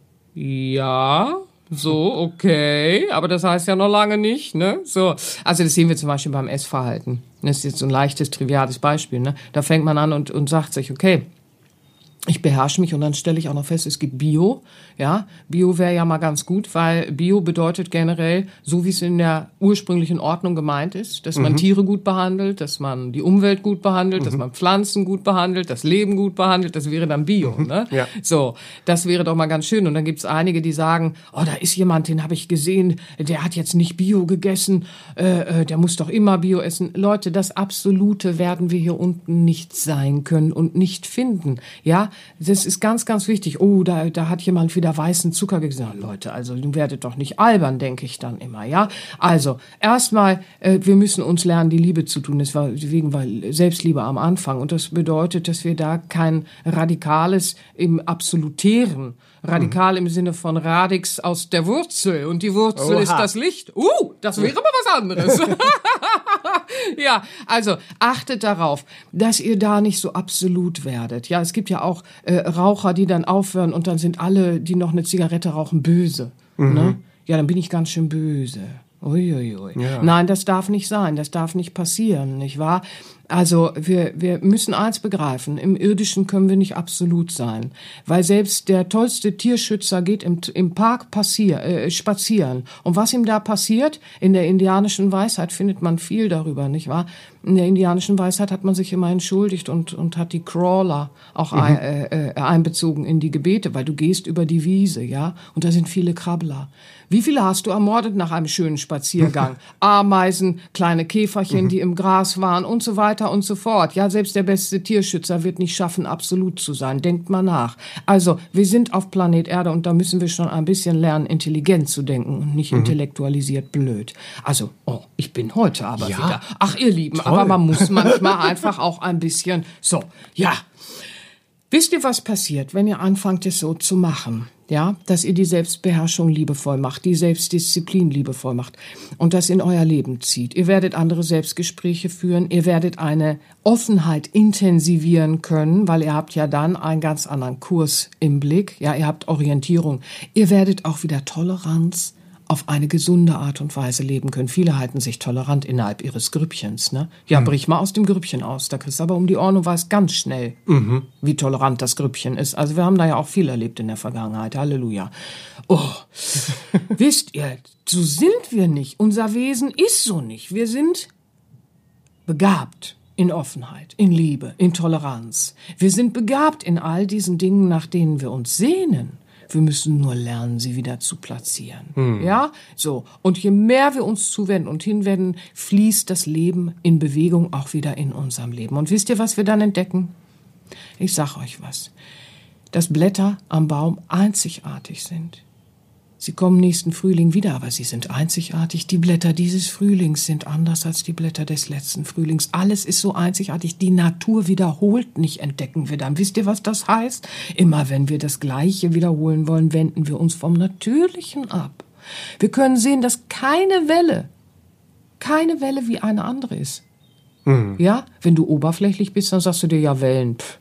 Ja, so, okay, aber das heißt ja noch lange nicht. Ne? So. Also das sehen wir zum Beispiel beim Essverhalten. Das ist jetzt so ein leichtes, triviales Beispiel. Ne? Da fängt man an und, und sagt sich, okay, ich beherrsche mich und dann stelle ich auch noch fest, es gibt Bio. Ja, Bio wäre ja mal ganz gut, weil Bio bedeutet generell, so wie es in der ursprünglichen Ordnung gemeint ist, dass man mhm. Tiere gut behandelt, dass man die Umwelt gut behandelt, mhm. dass man Pflanzen gut behandelt, das Leben gut behandelt, das wäre dann Bio. Mhm. Ne? Ja. So, das wäre doch mal ganz schön. Und dann gibt es einige, die sagen, oh, da ist jemand, den habe ich gesehen, der hat jetzt nicht Bio gegessen, äh, der muss doch immer Bio essen. Leute, das Absolute werden wir hier unten nicht sein können und nicht finden. Ja, das ist ganz, ganz wichtig. Oh, da, da hat jemand wieder weißen Zucker gesagt. Leute, also ihr werdet doch nicht albern, denke ich dann immer, ja. Also, erstmal, äh, wir müssen uns lernen, die Liebe zu tun. Das war wegen weil Selbstliebe am Anfang. Und das bedeutet, dass wir da kein Radikales im Absolutären, radikal im Sinne von Radix aus der Wurzel. Und die Wurzel Oha. Ist das Licht. Uh, das wäre mal was anderes. Ja, also achtet darauf, dass ihr da nicht so absolut werdet. Ja, es gibt ja auch äh, Raucher, die dann aufhören und dann sind alle, die noch eine Zigarette rauchen, böse. Mhm. Ne? Ja, dann bin ich ganz schön böse. Uiuiui. Ja. Nein, das darf nicht sein, das darf nicht passieren, nicht wahr? Also wir, wir müssen eins begreifen, im Irdischen können wir nicht absolut sein, weil selbst der tollste Tierschützer geht im, im Park passier, äh, spazieren. Und was ihm da passiert, in der indianischen Weisheit findet man viel darüber, nicht wahr? In der indianischen Weisheit hat man sich immer entschuldigt und, und hat die Crawler auch mhm. ein, äh, einbezogen in die Gebete, weil du gehst über die Wiese, ja, und da sind viele Krabbler. Wie viele hast du ermordet nach einem schönen Spaziergang? Ameisen, kleine Käferchen, mhm. die im Gras waren und so weiter und so fort. Ja, selbst der beste Tierschützer wird nicht schaffen, absolut zu sein. Denkt mal nach. Also, wir sind auf Planet Erde und da müssen wir schon ein bisschen lernen, intelligent zu denken und nicht mhm. intellektualisiert blöd. Also, oh, ich bin heute aber ja. wieder. Ach, ihr Lieben, toll. Aber man muss manchmal einfach auch ein bisschen, so, ja. Wisst ihr, was passiert, wenn ihr anfangt, es so zu machen? Ja, dass ihr die Selbstbeherrschung liebevoll macht, die Selbstdisziplin liebevoll macht und das in euer Leben zieht. Ihr werdet andere Selbstgespräche führen, ihr werdet eine Offenheit intensivieren können, weil ihr habt ja dann einen ganz anderen Kurs im Blick. Ja, ihr habt Orientierung. Ihr werdet auch wieder Toleranz auf eine gesunde Art und Weise leben können. Viele halten sich tolerant innerhalb ihres Grüppchens. Ne? Ja, mhm. brich mal aus dem Grüppchen aus. Da kriegst du aber um die Ohren und weißt ganz schnell, mhm. wie tolerant das Grüppchen ist. Also wir haben da ja auch viel erlebt in der Vergangenheit. Halleluja. Oh, wisst ihr, so sind wir nicht. Unser Wesen ist so nicht. Wir sind begabt in Offenheit, in Liebe, in Toleranz. Wir sind begabt in all diesen Dingen, nach denen wir uns sehnen. Wir müssen nur lernen, sie wieder zu platzieren. Hm. Ja, so. Und je mehr wir uns zuwenden und hinwenden, fließt das Leben in Bewegung auch wieder in unserem Leben. Und wisst ihr, was wir dann entdecken? Ich sag euch was. Dass Blätter am Baum einzigartig sind. Sie kommen nächsten Frühling wieder, aber sie sind einzigartig. Die Blätter dieses Frühlings sind anders als die Blätter des letzten Frühlings. Alles ist so einzigartig. Die Natur wiederholt nicht, entdecken wir dann. Wisst ihr, was das heißt? Immer wenn wir das Gleiche wiederholen wollen, wenden wir uns vom Natürlichen ab. Wir können sehen, dass keine Welle, keine Welle wie eine andere ist. Mhm. Ja, wenn du oberflächlich bist, dann sagst du dir, ja, Wellen, pff.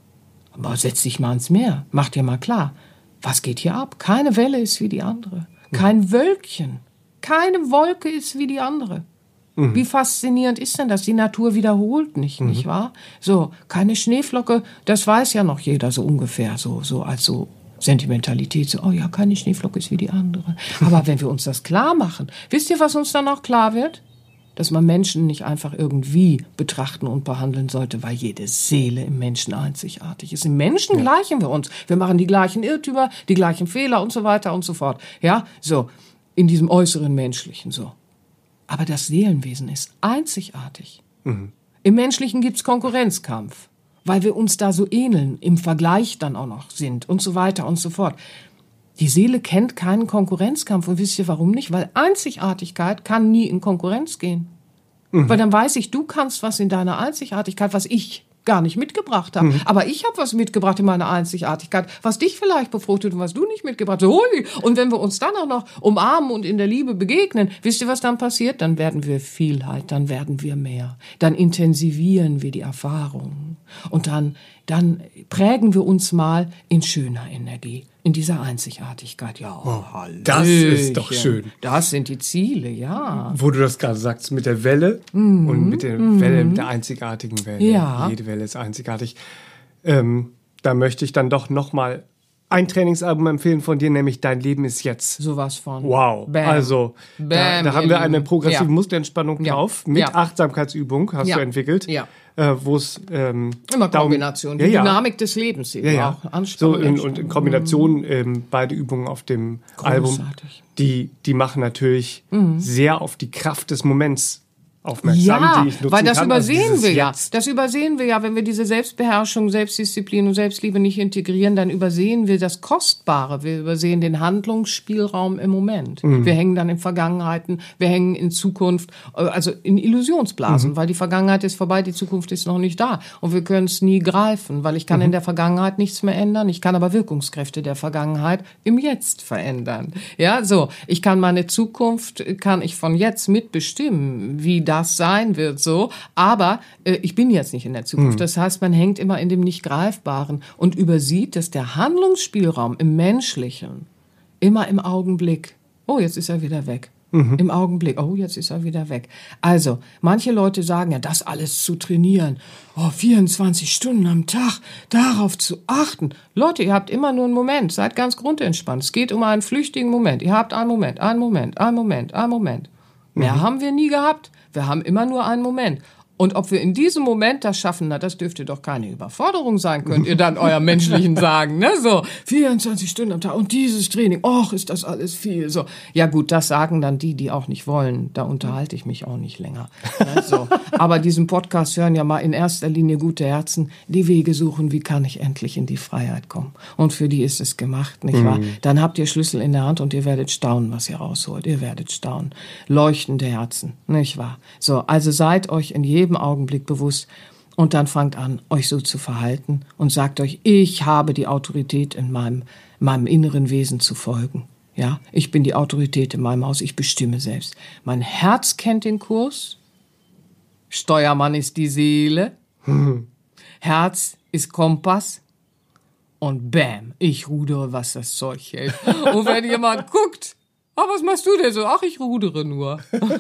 Aber setz dich mal ins Meer, mach dir mal klar. Was geht hier ab? Keine Welle ist wie die andere. Kein Wölkchen. Keine Wolke ist wie die andere. Mhm. Wie faszinierend ist denn das? Die Natur wiederholt nicht, mhm. nicht wahr? So, keine Schneeflocke, das weiß ja noch jeder so ungefähr, so, so als so Sentimentalität. So, oh ja, keine Schneeflocke ist wie die andere. Aber wenn wir uns das klar machen, wisst ihr, was uns dann auch klar wird? Dass man Menschen nicht einfach irgendwie betrachten und behandeln sollte, weil jede Seele im Menschen einzigartig ist. Im Menschen ja. gleichen wir uns. Wir machen die gleichen Irrtümer, die gleichen Fehler und so weiter und so fort. Ja, so, in diesem äußeren Menschlichen so. Aber das Seelenwesen ist einzigartig. Mhm. Im Menschlichen gibt's Konkurrenzkampf, weil wir uns da so ähneln, im Vergleich dann auch noch sind und so weiter und so fort. Die Seele kennt keinen Konkurrenzkampf. Und wisst ihr, warum nicht? Weil Einzigartigkeit kann nie in Konkurrenz gehen. Mhm. Weil dann weiß ich, du kannst was in deiner Einzigartigkeit, was ich gar nicht mitgebracht habe. Mhm. Aber ich habe was mitgebracht in meiner Einzigartigkeit, was dich vielleicht befruchtet und was du nicht mitgebracht hast. Hui. Und wenn wir uns dann auch noch umarmen und in der Liebe begegnen, wisst ihr, was dann passiert? Dann werden wir Vielheit, dann werden wir mehr. Dann intensivieren wir die Erfahrungen. Und dann, dann prägen wir uns mal in schöner Energie. In dieser Einzigartigkeit, ja. Oh, Hallöchen. Das ist doch schön. Das sind die Ziele, ja. Wo du das gerade sagst, mit der Welle mhm. und mit der mhm. Welle, mit der einzigartigen Welle. Ja. Jede Welle ist einzigartig. Ähm, da möchte ich dann doch nochmal ein Trainingsalbum empfehlen von dir, nämlich Dein Leben ist jetzt. Sowas von. Wow. Bam. Also, Bam, da, da haben wir eine progressive ja. Muskelentspannung ja. drauf, mit ja. Achtsamkeitsübung, hast ja. du entwickelt. Ja. Äh, wo es ähm, immer Kombination, die ja, ja. Dynamik des Lebens eben ja, ja. auch. Anspannung, so in, und in Kombination ähm, beide Übungen auf dem Großartig. Album, die die machen natürlich mhm. sehr auf die Kraft des Moments aufmerksam, ja, die ich nutzen weil das kann. übersehen also wir ja. Jetzt. Das übersehen wir ja, wenn wir diese Selbstbeherrschung, Selbstdisziplin und Selbstliebe nicht integrieren, dann übersehen wir das Kostbare. Wir übersehen den Handlungsspielraum im Moment. Mhm. Wir hängen dann in Vergangenheiten, wir hängen in Zukunft, also in Illusionsblasen, mhm. weil die Vergangenheit ist vorbei, die Zukunft ist noch nicht da. Und wir können es nie greifen, weil ich kann mhm. in der Vergangenheit nichts mehr ändern. Ich kann aber Wirkungskräfte der Vergangenheit im Jetzt verändern. Ja, so. Ich kann meine Zukunft, kann ich von jetzt mitbestimmen, wie das sein wird, so. Aber äh, ich bin jetzt nicht in der Zukunft. Mhm. Das heißt, man hängt immer in dem Nicht-Greifbaren und übersieht, dass der Handlungsspielraum im Menschlichen immer im Augenblick, oh, jetzt ist er wieder weg. Mhm. Im Augenblick, oh, jetzt ist er wieder weg. Also, manche Leute sagen ja, das alles zu trainieren, oh, vierundzwanzig Stunden am Tag, darauf zu achten. Leute, ihr habt immer nur einen Moment, seid ganz grundentspannt. Es geht um einen flüchtigen Moment. Ihr habt einen Moment, einen Moment, einen Moment, einen Moment. Mehr mhm. haben wir nie gehabt. Wir haben immer nur einen Moment. Und ob wir in diesem Moment das schaffen, na, das dürfte doch keine Überforderung sein, könnt ihr dann eurem Menschlichen sagen, ne, so, vierundzwanzig Stunden am Tag und dieses Training, och, ist das alles viel, so. Ja gut, das sagen dann die, die auch nicht wollen, da unterhalte ich mich auch nicht länger, ne, so. Aber diesen Podcast hören ja mal in erster Linie gute Herzen, die Wege suchen, wie kann ich endlich in die Freiheit kommen. Und für die ist es gemacht, nicht wahr? Mhm. Dann habt ihr Schlüssel in der Hand und ihr werdet staunen, was ihr rausholt, ihr werdet staunen. Leuchtende Herzen, nicht wahr? So, also seid euch in jedem Augenblick bewusst, Und dann fangt an, euch so zu verhalten und sagt euch, ich habe die Autorität in meinem, meinem inneren Wesen zu folgen. Ja, ich bin die Autorität in meinem Haus, ich bestimme selbst. Mein Herz kennt den Kurs. Steuermann ist die Seele. Hm. Herz ist Kompass. Und bam, ich rudere, was das Zeug hält. Und wenn jemand guckt, ach, was machst du denn so? Ach, ich rudere nur.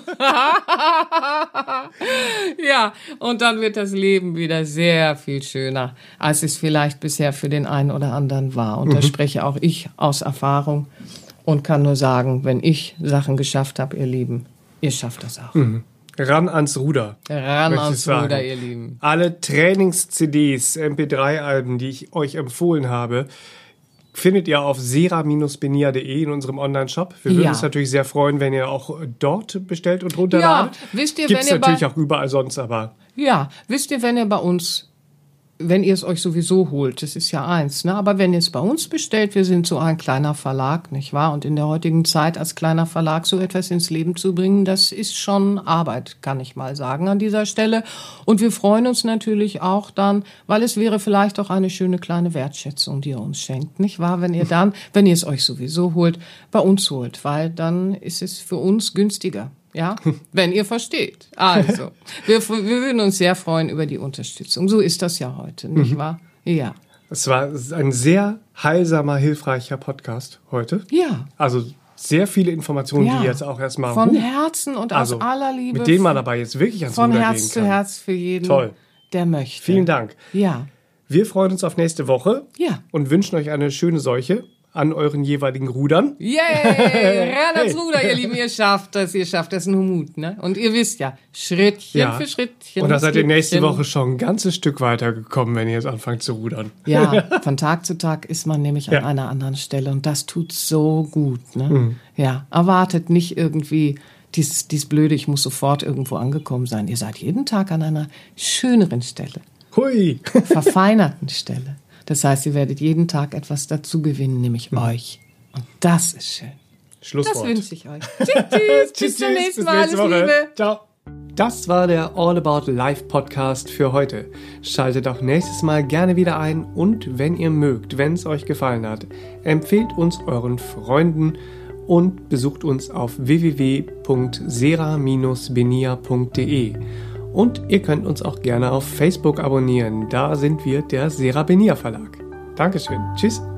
Ja, und dann wird das Leben wieder sehr viel schöner, als es vielleicht bisher für den einen oder anderen war. Und mhm. da spreche auch ich aus Erfahrung und kann nur sagen, wenn ich Sachen geschafft habe, ihr Lieben, ihr schafft das auch. Mhm. Ran ans Ruder. Ran ans Ruder, ihr Lieben. Alle Trainings-C Ds, M P drei Alben, die ich euch empfohlen habe, findet ihr auf sera Bindestrich benia Punkt de in unserem Online-Shop. Wir würden Ja. uns natürlich sehr freuen, wenn ihr auch dort bestellt und runterladet. Ja, wisst ihr, Gibt's wenn ihr natürlich bei- auch überall sonst, aber Ja, wisst ihr, wenn ihr bei uns, wenn ihr es euch sowieso holt, das ist ja eins, ne? Aber wenn ihr es bei uns bestellt, wir sind so ein kleiner Verlag, nicht wahr? Und in der heutigen Zeit als kleiner Verlag so etwas ins Leben zu bringen, das ist schon Arbeit, kann ich mal sagen an dieser Stelle. Und wir freuen uns natürlich auch dann, weil es wäre vielleicht auch eine schöne kleine Wertschätzung, die ihr uns schenkt, nicht wahr? Wenn ihr dann, wenn ihr es euch sowieso holt, bei uns holt, weil dann ist es für uns günstiger. Ja, wenn ihr versteht. Also, wir, wir würden uns sehr freuen über die Unterstützung. So ist das ja heute, nicht wahr? Ja. es war ein sehr heilsamer, hilfreicher Podcast heute. Ja. Also sehr viele Informationen, Ja. die jetzt auch erstmal Von huh, Herzen und also aus aller Liebe. mit denen man dabei jetzt wirklich ans Von Ruder Herz gehen zu kann. Herz für jeden, Toll. der möchte. Vielen Dank. Ja. Wir freuen uns auf nächste Woche Ja. und wünschen euch eine schöne Seuche an euren jeweiligen Rudern. Yay! Ran ans Hey. Ruder, ihr Lieben, ihr schafft das, ihr schafft das, nur Mut, ne? Und ihr wisst ja, Schrittchen Ja. für Schrittchen. Und da seid ihr nächste Schrittchen. Woche schon ein ganzes Stück weitergekommen, wenn ihr jetzt anfangt zu rudern. Ja, von Tag zu Tag ist man nämlich an Ja. einer anderen Stelle und das tut so gut. Ne? Ja, erwartet nicht irgendwie dies, dies Blöde, ich muss sofort irgendwo angekommen sein. Ihr seid jeden Tag an einer schöneren Stelle, Hui! verfeinerten Stelle. Das heißt, ihr werdet jeden Tag etwas dazu gewinnen, nämlich euch. Und das ist schön. Schlusswort. Das wünsche ich euch. Tschüss, tschüss, bis zum nächsten Mal. Alles Liebe. Ciao. Das war der All About Life Podcast für heute. Schaltet auch nächstes Mal gerne wieder ein und wenn ihr mögt, wenn es euch gefallen hat, empfehlt uns euren Freunden und besucht uns auf w w w punkt sera Bindestrich benia punkt de. Und ihr könnt uns auch gerne auf Facebook abonnieren. Da sind wir der Sera Benia Verlag. Dankeschön. Tschüss.